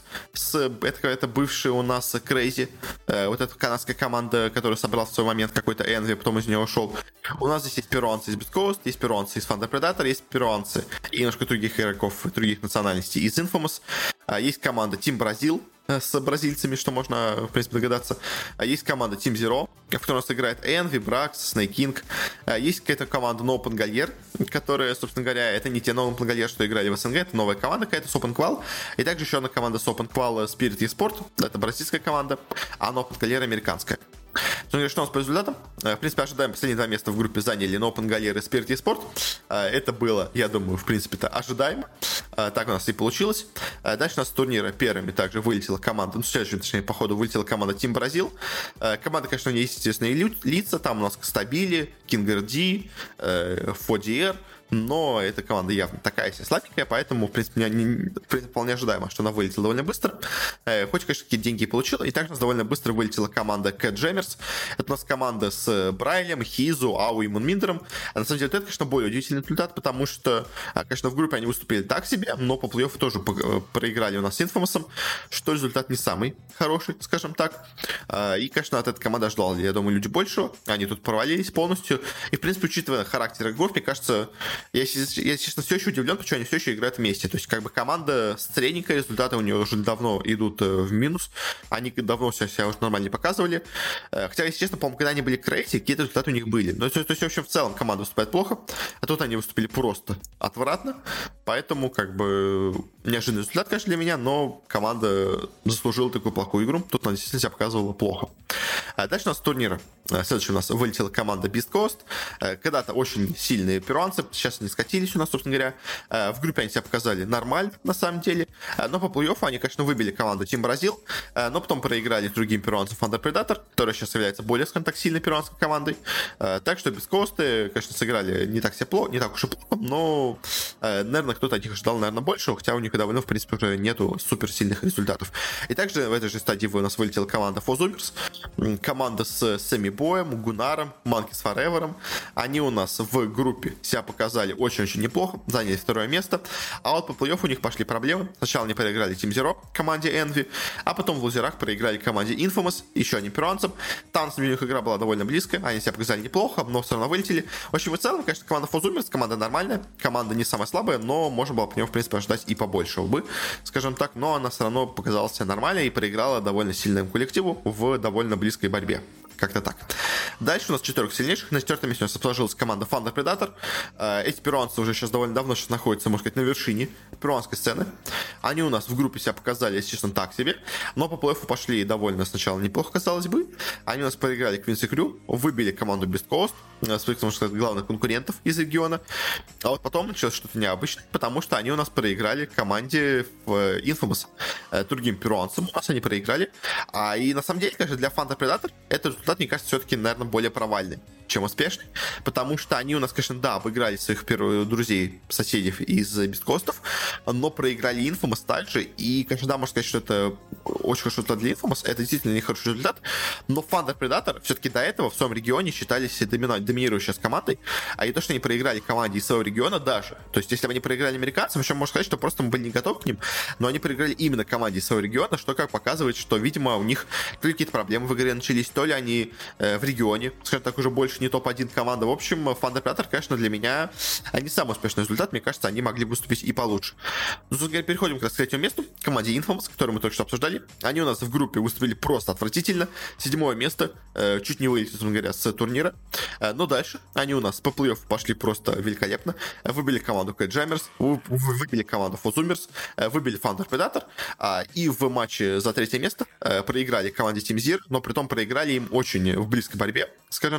[SPEAKER 1] это бывший у нас Crazy, вот эта канадская команда, которая собрала в свой момент какой-то Envy, потом из нее ушел. У нас здесь есть перуанцы из Bitcoast, есть перуанцы из Thunder Predator, есть перуанцы и немножко других игроков, других национальностей из Infamous. Есть команда Team Brazil с бразильцами, что можно, в принципе, догадаться. Есть команда Team Zero, в которой у нас играет Envy, Brax, Snake King. Есть какая-то команда No Open Gallier, которая, собственно говоря, это не те No Open Gallier, что играли в СНГ, это новая команда какая-то с Open Qual. И также еще одна команда с Open Qual Spirit eSport, это бразильская команда, а No Open Gallier американская. Что у нас по результатам? В принципе, ожидаем, последние 2 места в группе заняли No Open Gallier и Spirit eSport. Это было, я думаю, в принципе-то ожидаемо. Так у нас и получилось. Дальше у нас с турнира первыми также вылетела команда, следующим, точнее, по ходу вылетела команда Team Brazil. Команда, конечно, у нее есть естественные лица, там у нас Стабили, Кингерди, Фодиер. Но эта команда явно такая себе слабенькая, поэтому, в принципе, вполне ожидаемо, что она вылетела довольно быстро. Хоть, конечно, какие-то деньги и получила. И также у нас довольно быстро вылетела команда Кэджемерс. Это у нас команда с Брайлем, Хизу, Ау и Мунминдером. На самом деле, это, конечно, более удивительный результат, потому что, конечно, в группе они выступили так себе, но по плей-оффу тоже проиграли у нас с Infamous, что результат не самый хороший, скажем так. И, конечно, от этой команды ожидал, я думаю, люди большего. Они тут провалились полностью. И, в принципе, учитывая характер игроков, мне кажется, я, честно, все еще удивлен, почему они все еще играют вместе. То есть, как бы команда средненькая, результаты у нее уже давно идут в минус. Они давно себя уже нормально не показывали. Хотя, если честно, по-моему, когда они были крейси, какие-то результаты у них были. Но, то есть, в общем, в целом команда выступает плохо. А тут они выступили просто отвратно. Поэтому, как бы, неожиданный результат, конечно, для меня, но команда заслужила такую плохую игру. Тут она действительно себя показывала плохо. Дальше у нас турнир. Следующий у нас вылетела команда Beast Coast. Когда-то очень сильные перуанцы. Сейчас они скатились у нас, собственно говоря. В группе они себя показали нормально, на самом деле. Но по плей-оффу они, конечно, выбили команду Team Brazil. Но потом проиграли другим перуанцам Thunder Predator, которая сейчас является более, скажем так, сильной перуанской командой. Так что Beast Coast, конечно, сыграли не так уж и плохо. Но, наверное, кто-то от них ожидал, наверное, большего. Хотя у них давно, в принципе, уже нету суперсильных результатов. И также в этой же стадии у нас вылетела команда Fozumers. Команда с Сэмми Боем, Гунаром, Monkeys Forever. Они у нас в группе себя показали очень-очень неплохо, заняли 2 место. А вот по плей-оффу у них пошли проблемы. Сначала они проиграли Team Zero команде Envy, а потом в лузерах проиграли команде Infamous, еще не перуанцам. Там у них игра была довольно близкая, они себя показали неплохо, но все равно вылетели. В общем, в целом, конечно, команда Fozumers, команда нормальная, команда не самая слабая, но можно было по нему, в принципе, ожидать и побольшего бы, скажем так, но она все равно показалась себя нормально и проиграла довольно сильному коллективу в довольно близкой борьбе. Как-то так. Дальше у нас 4 сильнейших. На 4 месте у нас сложилась команда Thunder Predator. Эти перуанцы уже сейчас довольно давно находятся, можно сказать, на вершине перуанской сцены. Они у нас в группе себя показали, если честно, так себе. Но по плей-оффу пошли довольно сначала неплохо, казалось бы. Они у нас проиграли Квинси Крю, выбили команду Beast Coast, своих, можно сказать, главных конкурентов из региона. А вот потом началось что-то необычное, потому что они у нас проиграли команде в Infamous, другим перуанцам. У нас они проиграли. И на самом деле, конечно, для Thunder Predator это результат, мне кажется, все-таки, наверное, более провальный, чем успешный, потому что они у нас, конечно, да, обыграли своих друзей, соседей из Бесткостов, но проиграли Infamous также, и, конечно, да, можно сказать, что это очень хороший результат для Infamous, это действительно нехороший результат, но Thunder Predator все-таки до этого в своем регионе считались доминирующей командой, а и то, что они проиграли команде из своего региона даже, то есть, если бы они проиграли американцам, еще можно сказать, что просто мы были не готовы к ним, но они проиграли именно команде из своего региона, что как показывает, что, видимо, у них то ли какие-то проблемы в игре начались, то ли они в регионе, скажем так, уже больше не топ-1 команда. В общем, Thunder Predator, конечно, для меня не самый успешный результат. Мне кажется, они могли выступить и получше. Ну, теперь переходим к 3-му месту. Команде Infamous, которую мы только что обсуждали. Они у нас в группе выступили просто отвратительно. 7-е место. Чуть не вылетели, собственно говоря, с турнира. Но дальше они у нас по плей-оффу пошли просто великолепно. Выбили команду Kjammers, выбили команду Fozumers, выбили Thunder Predator. И в матче за 3-е место проиграли команде Team Zero, но при том проиграли им очень в близкой борьбе, скажем так.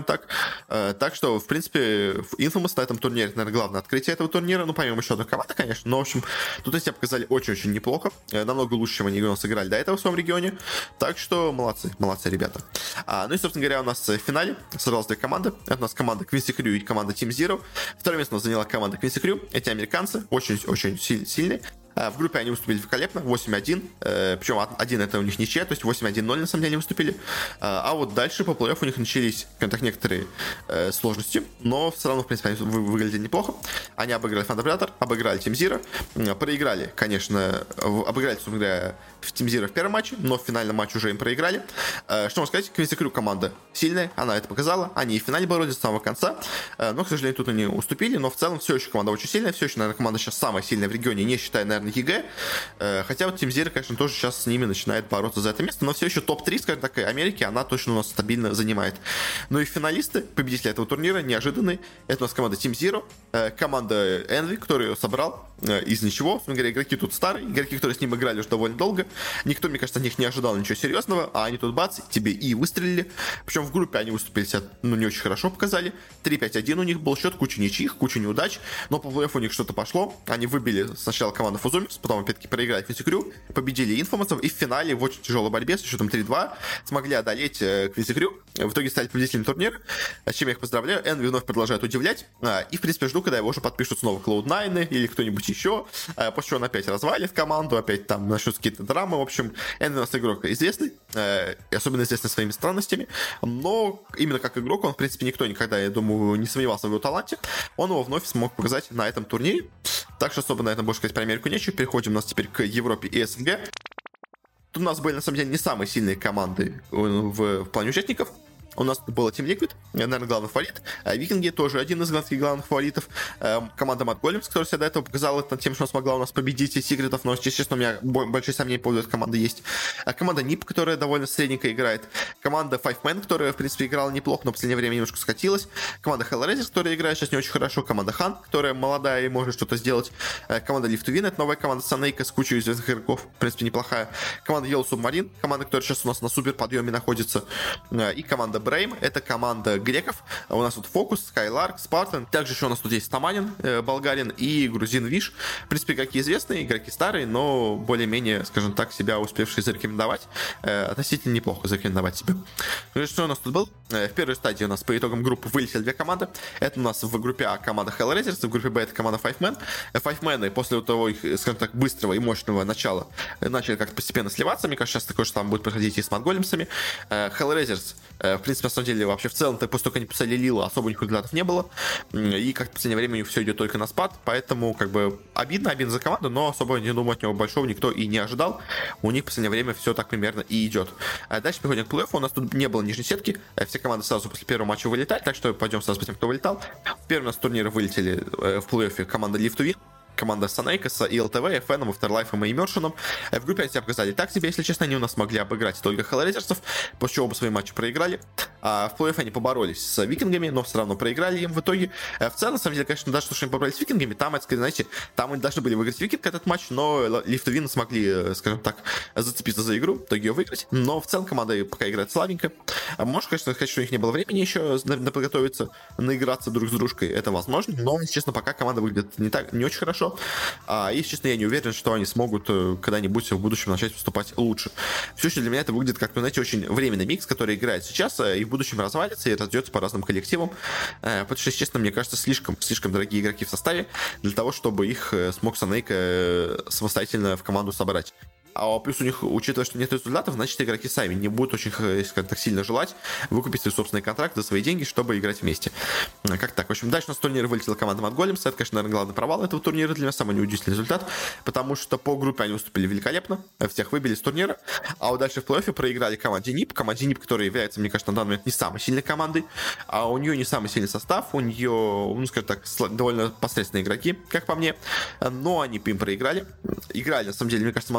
[SPEAKER 1] Так что, в принципе, Infamous на этом турнире, наверное, главное открытие этого турнира. Ну, помимо еще одной команды, конечно. Но, в общем, тут они себя показали очень-очень неплохо. Намного лучше, чем они сыграли до этого в своем регионе. Так что молодцы ребята. Ну и, собственно говоря, у нас в финале сыгралось две команды. Это у нас команда Quincy Crew и команда Team Zero. Второе место у нас заняла команда Quincy Crew. Эти американцы очень-очень сильные. В группе они выступили великолепно, 8-1, причем один это у них ничья, то есть 8-1-0 на самом деле выступили. А вот дальше по плей-оффу у них начались, скажем так, некоторые сложности, но все равно, в принципе, они выглядели неплохо. Они обыграли Фантабрятор, обыграли Team Zero, проиграли, конечно, обыграли, собственно говоря, Team Zero в первом матче, но в финальном матче уже им проиграли. Что можно сказать, Quincy Crew команда сильная, она это показала, они и в финале боролись с самого конца, но, к сожалению, тут они уступили, но в целом все еще команда очень сильная, все еще, наверное, команда сейчас самая сильная в регионе, не считая, наверное, ЕГЭ. Хотя вот Team Zero, конечно, тоже сейчас с ними начинает бороться за это место, но все еще топ-3, скажем так, Америки она точно у нас стабильно занимает. Ну и финалисты, победители этого турнира, неожиданные. Это у нас команда Team Zero, команда Envy, который ее собрал из ничего. Собственно говоря, игроки тут старые, игроки, которые с ним играли уже довольно долго. Никто, мне кажется, от них не ожидал ничего серьезного, а они тут бац, тебе и выстрелили. Причем в группе они выступили себя, не очень хорошо показали. 3-5-1 у них был счет, куча ничьих, куча неудач, но по плей-оффу у них что-то пошло. Они выбили сначала команду Fuzumix, потом опять-таки проиграли Quincy Crew, победили Infamous, и в финале в очень тяжелой борьбе с счетом 3-2 смогли одолеть Quincy Crew. В итоге стали победителями турнира, с чем я их поздравляю. Envy вновь продолжает удивлять, и в принципе жду, когда его уже подпишут снова Cloud9 или кто-нибудь еще, после чего он опять развалит команду, опять там начнутся какие-то драмы. В общем, Envy у нас игрок известный, особенно известный своими странностями, но именно как игрок он, в принципе, никто никогда, я думаю, не сомневался в его таланте. Он его вновь смог показать на этом турнире. Так что особо на этом больше сказать про Америку нечего. Переходим у нас теперь к Европе и СНГ. Тут у нас были, на самом деле, не самые сильные команды в плане участников. У нас было Team Liquid, наверное, главный фаворит. Викинги тоже один из главных фаворитов. Команда Mad Golems, которая себя до этого показала тем, что смогла у нас победить и Секретов, но, честно, у меня большие сомнения по поводу этой команды есть. Команда NiP, которая довольно средненько играет. Команда Five Man, которая, в принципе, играла неплохо, но в последнее время немножко скатилась. Команда Hellraiser, которая играет сейчас не очень хорошо. Команда Han, которая молодая и может что-то сделать. Команда Live to Win, это новая команда Санейка с кучей известных игроков, в принципе, неплохая. Команда Yellow Submarine, команда, которая сейчас у нас на супер подъеме находится. И команда Brame, это команда греков. У нас тут Focus, Skylark, Spartan. Также еще у нас тут есть Таманин, болгарин, и грузин Виш. В принципе, игроки известные, игроки старые, но более-менее, скажем так, себя успевшие зарекомендовать. Относительно неплохо зарекомендовать себя. Что у нас тут был? В первой стадии у нас по итогам группы вылетели две команды. Это у нас в группе А команда Hellraisers, в группе Б это команда Five Man. Five Man после того их, скажем так, быстрого и мощного начала начали как-то постепенно сливаться. Мне кажется, сейчас такое же там будет проходить и с Mad Golems'ами. Hellraisers, в принципе, на самом деле, вообще в целом-то после того, как они посадили Лила, особо никаких результатов не было. И как-то в последнее время у них все идет только на спад. Поэтому, как бы, обидно за команду, но особо, не думаю, от него большого никто и не ожидал. У них в последнее время все так примерно и идет. Дальше переходим к плей-оффу. У нас тут не было нижней сетки. Все команды сразу после первого матча вылетали, так что пойдем сразу по тем, кто вылетал. В первом у нас турнире вылетели в плей-оффе команда Live to Win, команда Санейкаса и ЛТВ, FN, Afterlife и Immersion. В группе они себя показали так себе, если честно, они у нас смогли обыграть только Hellraisers'ов, после чего оба свои матчи проиграли. А в плей-оффе они поборолись с викингами, но все равно проиграли им в итоге. В целом, на самом деле, конечно, даже то, что они поборолись с викингами, там, это, знаете, там они должны были выиграть викинг этот матч, но Live to Win смогли, скажем так, зацепиться за игру, в итоге ее выиграть. Но в целом команда пока играет слабенько. Может, конечно, сказать, что у них не было времени еще на подготовиться, наиграться друг с дружкой, это возможно, но, если честно, пока команда выглядит не очень хорошо. И, честно, я не уверен, что они смогут когда-нибудь в будущем начать выступать лучше. Все еще для меня это выглядит как, знаете, очень временный микс, который играет сейчас и в будущем развалится и разойдется по разным коллективам. Потому что, честно, мне кажется, слишком дорогие игроки в составе для того, чтобы их смог Санейка самостоятельно в команду собрать. А плюс у них, учитывая, что нет результатов, значит, игроки сами не будут очень, скажем так, сильно желать выкупить свои собственные контракты за свои деньги, чтобы играть вместе. Как так? В общем, дальше у нас в турнире вылетела команда Mad Golems. Это, конечно, наверное, главный провал этого турнира для меня, самый неудивительный результат, потому что по группе они выступили великолепно, всех выбили с турнира, а вот дальше в плей-оффе проиграли команде NiP, которая является, мне кажется, на данный момент не самой сильной командой, а у нее не самый сильный состав, у нее, ну, скажем так, довольно посредственные игроки, как по мне, но они им проиграли. Играли, на самом деле, мне кажется, Mad Golems очень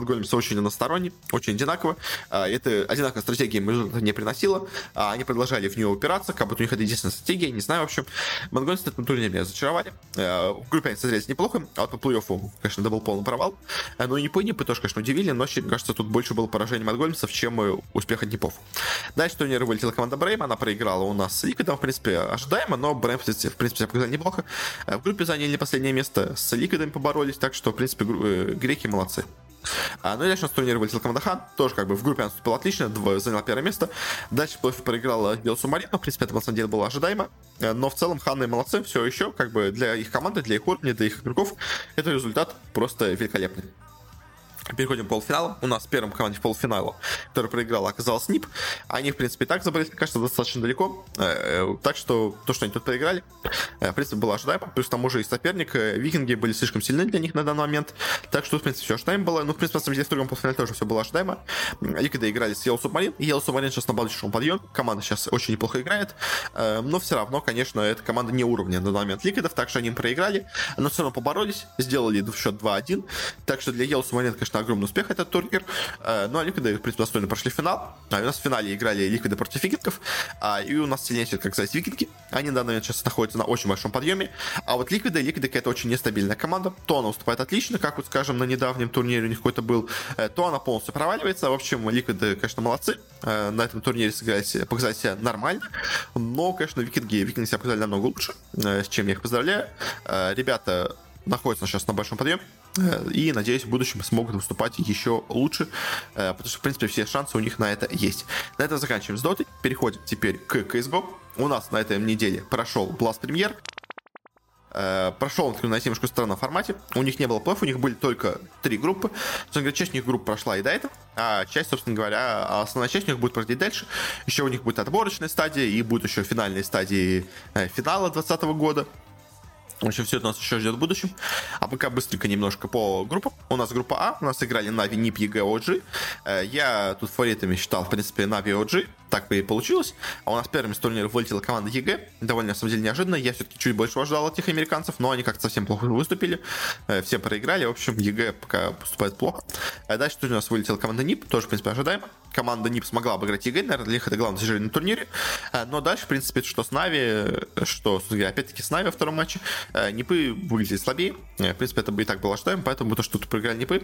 [SPEAKER 1] очень односторонний, очень одинаково. Это одинаковая стратегия им результата не приносила. Они продолжали в нее упираться, как будто у них это единственная стратегия, не знаю, в общем. Монголцы на этом турнире меня разочаровали. В группе они смотрелись неплохо, а вот по плей-оффу, конечно, это был полный провал. Но и Нипы тоже, конечно, удивили, но, мне кажется, тут больше было поражение монгольцев, чем успех от Нипов. Дальше в турнир вылетела команда Брейм, она проиграла у нас с Ликвидом, в принципе, ожидаемо, но Брейм, в принципе, себя показали неплохо. В группе заняли последнее место, с Ликвидами поборолись, так что, в принципе, греки молодцы. Ну и дальше у нас турнир вылетел команда Хан. Тоже как бы в группе она выступила отлично, заняла первое место. Дальше плей-офф проиграла Гео Субмарин. В принципе, это на самом деле было ожидаемо. Но в целом Ханы молодцы, все еще, как бы для их команды, для их уровня, для их игроков, это результат просто великолепный. Переходим к полуфиналу. У нас первым команде в полуфиналу, который проиграл, оказалась НИП. Они, в принципе, и так забрались, мне кажется, достаточно далеко. Так что то, что они тут проиграли, в принципе, было ожидаемо. Плюс к тому же и соперник, викинги были слишком сильны для них на данный момент. Так что, в принципе, все ожидаемо было. Ну, в принципе, на самом деле, в другом полуфинале тоже все было ожидаемо. Ликвиды играли с Yellow Submarine. И Yellow Submarine сейчас на большом подъеме. Команда сейчас очень неплохо играет. Но все равно, конечно, эта команда не уровня на данный момент Ликвидов. Так что они им проиграли. Но все равно поборолись. Сделали счет 2-1. Так что для Yellow Submarine, конечно, огромный успех этот турнир. Ну, а Ликвиды, в принципе, достойно прошли финал. У нас в финале играли Ликвиды против викингов. И у нас сильнейшие, как сказать, викинги. Они на данный момент сейчас находятся на очень большом подъеме. А вот Ликвиды какая-то очень нестабильная команда. То она уступает отлично, как вот, скажем, на недавнем турнире у них какой-то был, то она полностью проваливается. В общем, Ликвиды, конечно, молодцы. На этом турнире показали себя нормально. Но, конечно, викинги себя показали намного лучше, с чем я их поздравляю. Ребята находятся сейчас на большом подъеме. И, надеюсь, в будущем смогут выступать еще лучше, потому что, в принципе, все шансы у них на это есть. На этом заканчиваем с Дотой. Переходим теперь к CSGO. У нас на этой неделе прошел Blast Premier. Прошел он на немножко странном формате. У них не было плей-офф, у них были только 3 группы. Собственно говоря, часть у них групп прошла и до этого, а часть, собственно говоря, основная часть у них будет проходить дальше. Еще у них будет отборочная стадия и будут еще финальные стадии финала 2020 года. В общем, все это нас еще ждет в будущем. А пока быстренько немножко по группам. У нас группа А. У нас играли Na'Vi, NiP, EG, OG. Я тут фаворитами считал, в принципе, Na'Vi и OG. Так и получилось. А у нас первыми с турнира вылетела команда EG. Довольно, на самом деле, неожиданно. Я все-таки чуть больше ждал от этих американцев, но они как-то совсем плохо выступили. Все проиграли. В общем, EG пока поступает плохо. Дальше тут у нас вылетела команда NiP. Тоже, в принципе, ожидаемо. Команда NiP смогла обыграть EG. Наверное, для них это главное достижение на турнире. Но дальше, в принципе, что с Na'Vi, что, опять-таки, с Na'Vi во втором матче. Нипы выглядели слабее. В принципе, это бы и так было ожидаемо, поэтому то, что тут проиграли Нипы,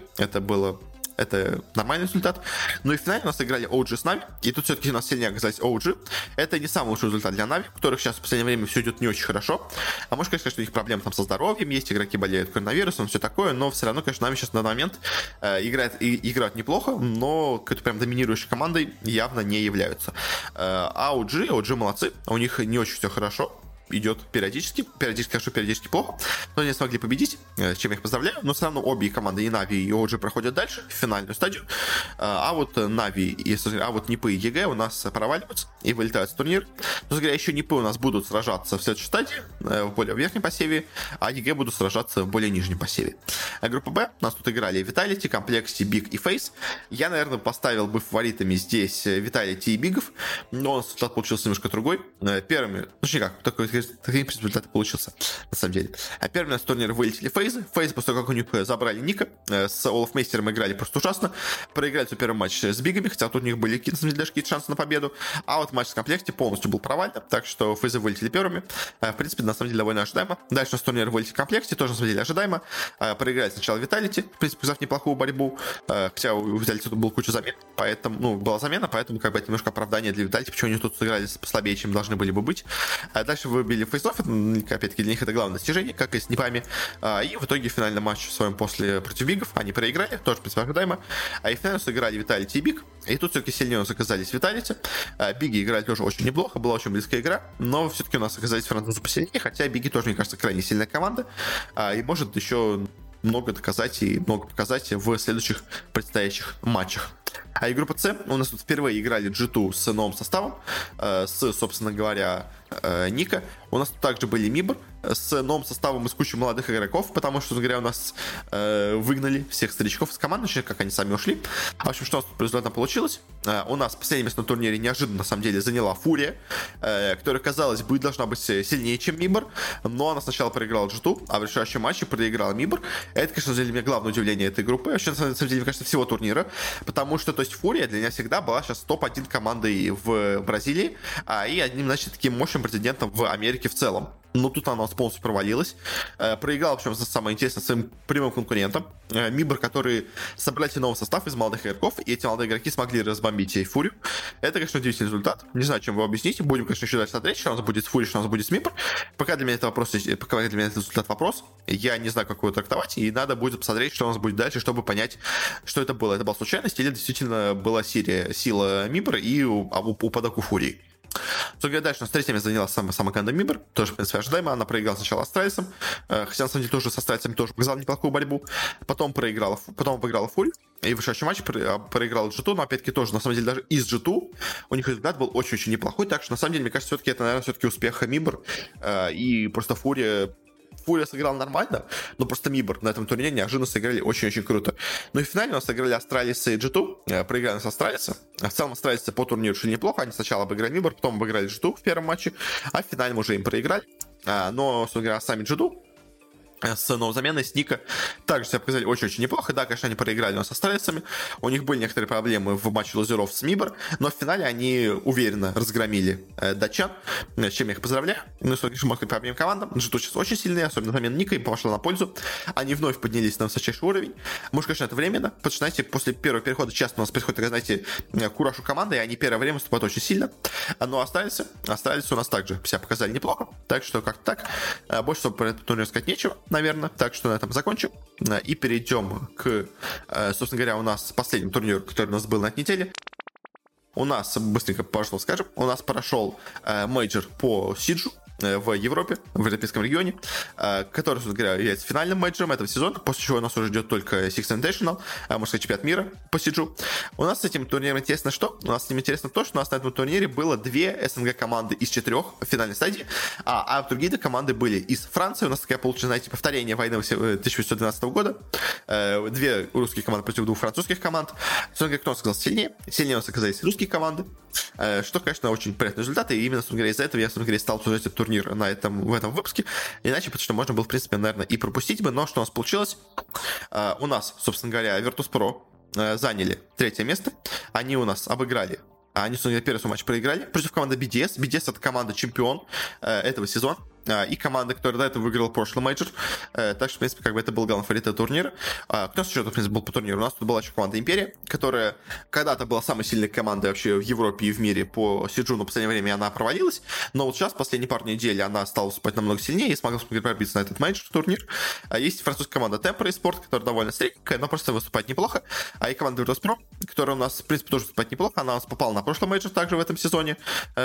[SPEAKER 1] это нормальный результат. Ну и в финале у нас играли OG с Na'Vi, и тут все-таки у нас сильнее оказались OG. Это не самый лучший результат для Na'Vi, у которых сейчас в последнее время все идет не очень хорошо. А может, конечно, что у них проблемы там со здоровьем есть, игроки болеют коронавирусом, все такое, но все равно, конечно, Na'Vi сейчас на данный момент играют неплохо, но какой-то прям доминирующей командой явно не являются. А OG молодцы, у них не очень все хорошо. Идет периодически хорошо, периодически плохо, но они смогли победить, с чем я их поздравляю, но все равно обе команды, и Na'Vi, и OG, проходят дальше, в финальную стадию, а вот Na'Vi, вот Нипы и EG у нас проваливаются и вылетают с турнира. Но, говоря, еще Нипы у нас будут сражаться в следующей стадии, в более верхнем посеве, а EG будут сражаться в более нижнем посеве. Группа Б, у нас тут играли Vitality, Complexity, Big и FaZe. Я, наверное, поставил бы фаворитами здесь Vitality и Бигов, но он результат получился немножко другой. Первыми, такой результат получился, на самом деле. А первыми на турнир вылетели FaZe. FaZe, после того, как у них забрали Ника, с Олафмейстером играли просто ужасно. Проиграли свой первый матч с Бигами, хотя тут у них были какие-то шансы на победу. А вот матч в комплекте полностью был провальным, так что FaZe вылетели первыми. В принципе, на самом деле, довольно ожидаемо. Дальше на турнир вылетели в комплекте, тоже, на самом деле, ожидаемо. Проиграли сначала Vitality, в принципе, показав неплохую борьбу, хотя у Vitality тут была куча замен, поэтому, была замена, поэтому, как бы, это немножко оправдание для Vitality, почему они тут сыграли слабее, чем должны были бы быть. Дальше выбили FaZe, опять-таки, для них это главное достижение, как и с Нипами. И в итоге финальный матч в своем после против Бигов они проиграли, тоже, в принципе, ожидаемо. И в финале сыграли Vitality и Биг. И тут все-таки сильнее у нас оказались Vitality. Биги играли тоже очень неплохо, была очень близкая игра, но все-таки у нас оказались французы посильнее, хотя Биги тоже, мне кажется, крайне сильная команда. И может еще много доказать и много показать в следующих предстоящих матчах. И группа С, у нас тут впервые играли G2 с новым составом, с, собственно говоря, Ника. У нас тут также были Мибр с новым составом из кучи молодых игроков, потому что, говоря, у нас выгнали всех старичков из команды, как они сами ушли. В общем, что у нас тут результатно получилось? У нас последнее место на турнире неожиданно, на самом деле, заняла Фурия, которая, казалось бы, должна быть сильнее, чем Мибр, но она сначала проиграла G2, а в решающем матче проиграла Мибр. Это, конечно, для меня главное удивление этой группы, вообще, на самом деле, мне кажется, всего турнира, потому что, то есть, Фурия для меня всегда была сейчас топ-1 командой в Бразилии, и одним, значит, таким мощным претендентом в Америке в целом. Но тут она у нас полностью провалилась. Проиграла, причем, самое интересное, своим прямым конкурентам. Мибр, которые собрали новый состав из молодых игроков, и эти молодые игроки смогли разбомбить ей Фурию. Это, конечно, удивительный результат. Не знаю, чем вы объясните. Будем, конечно, еще дальше смотреть, что у нас будет с Фурией, что у нас будет с Мибр. Пока для меня это вопрос, пока для меня этот результат вопрос. Я не знаю, как его трактовать, и надо будет посмотреть, что у нас будет дальше, чтобы понять, что это было. Это была случайность, или действительно была сила Мибр и упадок у Фурии. Дальше у нас третье место заняла сама команда Мибр, тоже, в принципе, ожидаемо. Она проиграла сначала Астралисом, хотя, на самом деле, тоже с Астралисами тоже показала неплохую борьбу. Потом выиграла Фурию, и в вышедшем матче проиграла G2, но, опять-таки, тоже, на самом деле, даже из G2 у них результат был очень-очень неплохой, так что, на самом деле, мне кажется, все-таки это, наверное, все-таки успех Мибр, и просто Фурия сыграла нормально, но просто Мибр на этом турнире неожиданно сыграли очень-очень круто. Ну и в финале у нас сыграли Астралис и G2, проиграли с Астралиса. В целом Астралисы по турниру шли неплохо, они сначала обыграли Мибр, потом обыграли G2 в первом матче, а в финале мы уже им проиграли. Но, собственно говоря, сами G2 с новой заменой, с Ника, также себя показали очень-очень неплохо. Да, конечно, они проиграли с Астралисами. У них были некоторые проблемы в матче лузеров с Мибр, но в финале они уверенно разгромили датчан, с чем я их поздравляю. Ну, что можно сказать по обеим командам. G2 сейчас очень сильные, особенно замена Ника им пошла на пользу. Они вновь поднялись на высочайший уровень. Может, конечно, это временно, потому что, знаете, после первого перехода часто у нас происходит, знаете, кураж у команды, и они первое время выступают очень сильно. Но Астралисы у нас также себя показали неплохо. Так что как-то так. Больше про этот турнир сказать нечего, наверное. Так что на этом закончим. И перейдем к, собственно говоря, у нас последний турнир, который у нас был на этой неделе. У нас, быстренько пошло скажем, у нас прошел мейджор по Сиджу в Европе, в европейском регионе, который, собственно говоря, является финальным мейджором этого сезона, после чего у нас уже ждет только Six Invitational, можно сказать, чемпионат мира по Сиджу. У нас с этим турниром интересно что? У нас с ним интересно то, что у нас на этом турнире было 2 СНГ команды из 4 в финальной стадии, а другие команды были из Франции. У нас такая получилось, знаете, повторение войны 1812 года. 2 русских команды против 2 французских команд. Собственно говоря, кто у нас оказался сильнее? Сильнее у нас оказались русские команды, что, конечно, очень приятный результат, и именно, собственно говоря, из-за этого я, собственно говоря, стал обсуждать этот турнир в этом выпуске, иначе, потому что можно было, в принципе, наверное, и пропустить бы, но что у нас получилось? У нас, собственно говоря, Virtus.pro заняли 3-е место, они у нас обыграли, они, собственно говоря, первый свой матч проиграли против команды BDS. BDS — это команда-чемпион этого сезона, и команда, которая до этого выиграла прошлый мейджор. Так что, в принципе, как бы это был главный фаворит этого турнира. Кто у нас еще, в принципе, был по турниру? У нас тут была еще команда Империя, которая когда-то была самой сильной командой вообще в Европе и в мире по Сиджу, но в последнее время она провалилась. Но вот сейчас, последние пару недель, она стала выступать намного сильнее и смогла пробиться на этот мейджор турнир. Есть французская команда Temper Sport, которая довольно средненькая, но просто выступает неплохо. И команда Virtus.pro, которая у нас, в принципе, тоже выступает неплохо. Она у нас попала на прошлый мейджор также в этом сезоне,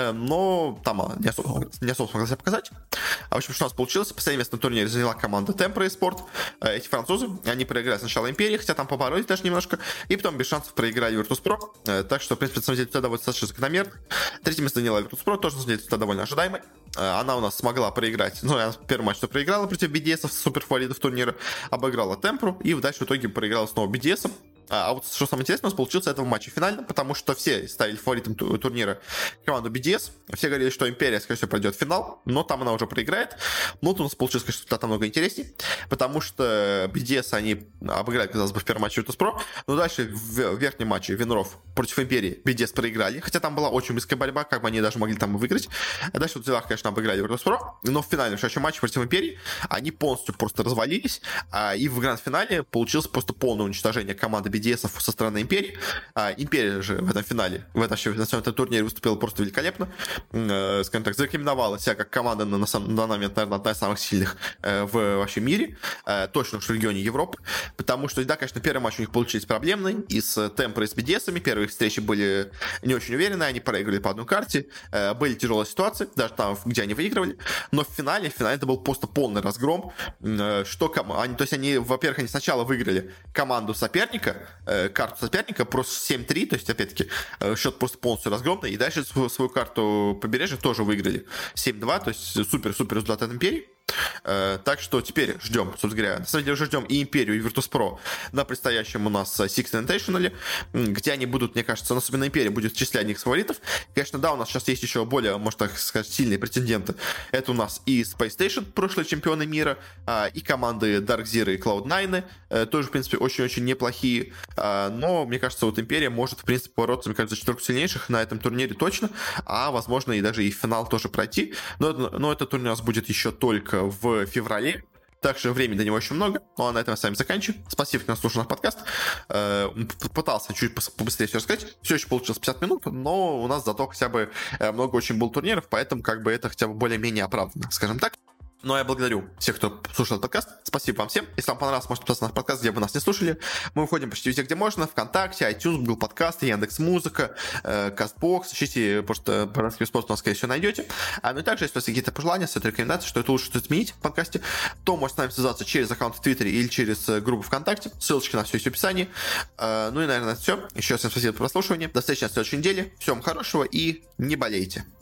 [SPEAKER 1] но там не особо смогла себя показать. В общем, что у нас получилось? Последнее место на турнире заняла команда Temper Sport. Эти французы, они проиграли сначала Империи, хотя там поборолись даже немножко, и потом без шансов проиграли Virtus.pro. Так что, в принципе, на самом деле, это довольно достаточно закономерно. Третье место заняла Virtus.pro, тоже, на самом деле, это довольно ожидаемый. Она у нас смогла проиграть, она первый матч проиграла против BDS, суперфаворитов турнира, обыграла Темпру, и дальше в итоге проиграла снова BDS. А вот что самое интересное, у нас получилось этого матча финально, потому что все ставили фаворитом турнира команду BDS. Все говорили, что Империя, скорее всего, пройдет в финал, но там она уже проиграет. Но тут у нас получилось, конечно, результат намного интереснее, потому что BDS они обыграли, казалось бы, в первом матче Virtus.pro, но дальше в верхнем матче Венров против Империи BDS проиграли, хотя там была очень близкая борьба, как бы они даже могли там выиграть. А дальше в делах, конечно, обыграли Virtus.pro, но в финале, в следующем матче против Империи, они полностью просто развалились, и в гранд-финале получилось просто полное уничтожение команды BDS со стороны Империи. Империя же в этом финале, в этом турнире выступила просто великолепно. Скажем так, зарекомендовала себя как команда на данный момент, наверное, одна из самых сильных в вообще мире, точно уж в регионе Европы. Потому что, да, конечно, первый матч у них получились проблемные, и с Темпой, и с BDS-ами. Первые их встречи были не очень уверенные, они проиграли по одной карте. Были тяжелые ситуации, даже там, где они выигрывали. Но в финале это был просто полный разгром. То есть они, во-первых, они сначала выиграли команду соперника, карту соперника, просто 7-3, то есть, опять-таки, счет просто полностью разгромный, и дальше свою карту побережья тоже выиграли 7-2, то есть супер-супер результат от Империи. Так что теперь ждем, собственно говоря, на самом деле уже ждем и Империю, и Virtus.pro на предстоящем у нас Six Invitational, где они будут, мне кажется, особенно Империя будет в числе одних фаворитов. Конечно, да, у нас сейчас есть еще более, можно так сказать, сильные претенденты. Это у нас и Space Station, прошлые чемпионы мира, и команды Dark Zero и Cloud9, тоже, в принципе, очень-очень неплохие. Но, мне кажется, вот Империя может, в принципе, бороться, мне кажется, за четверку сильнейших на этом турнире точно, а, возможно, и даже и в финал тоже пройти. Но этот турнир у нас будет еще только в феврале. Также времени до него еще много. Ну а на этом мы с вами заканчиваем. Спасибо, кто слушал наш подкаст. Пытался чуть побыстрее все рассказать. Все еще получилось 50 минут, но у нас зато хотя бы много очень было турниров, поэтому как бы это хотя бы более-менее оправданно, скажем так. Но я благодарю всех, кто слушал этот подкаст. Спасибо вам всем. Если вам понравилось, можете подписаться на наш подкаст, где вы нас не слушали. Мы выходим почти везде, где можно. ВКонтакте, iTunes, Google подкасты, Яндекс.Музыка, Кастбокс. Ищите, просто Баранский спорт у нас, скорее всего, найдете. Ну и также, если у вас есть какие-то пожелания, советы, рекомендации, что это лучше что изменить в подкасте, то можете с нами связаться через аккаунт в Твиттере или через группу ВКонтакте. Ссылочки на все есть в описании. Ну и, наверное, это все. Еще раз всем спасибо за прослушивание. До встречи на следующей неделе. Всем хорошего и не болейте.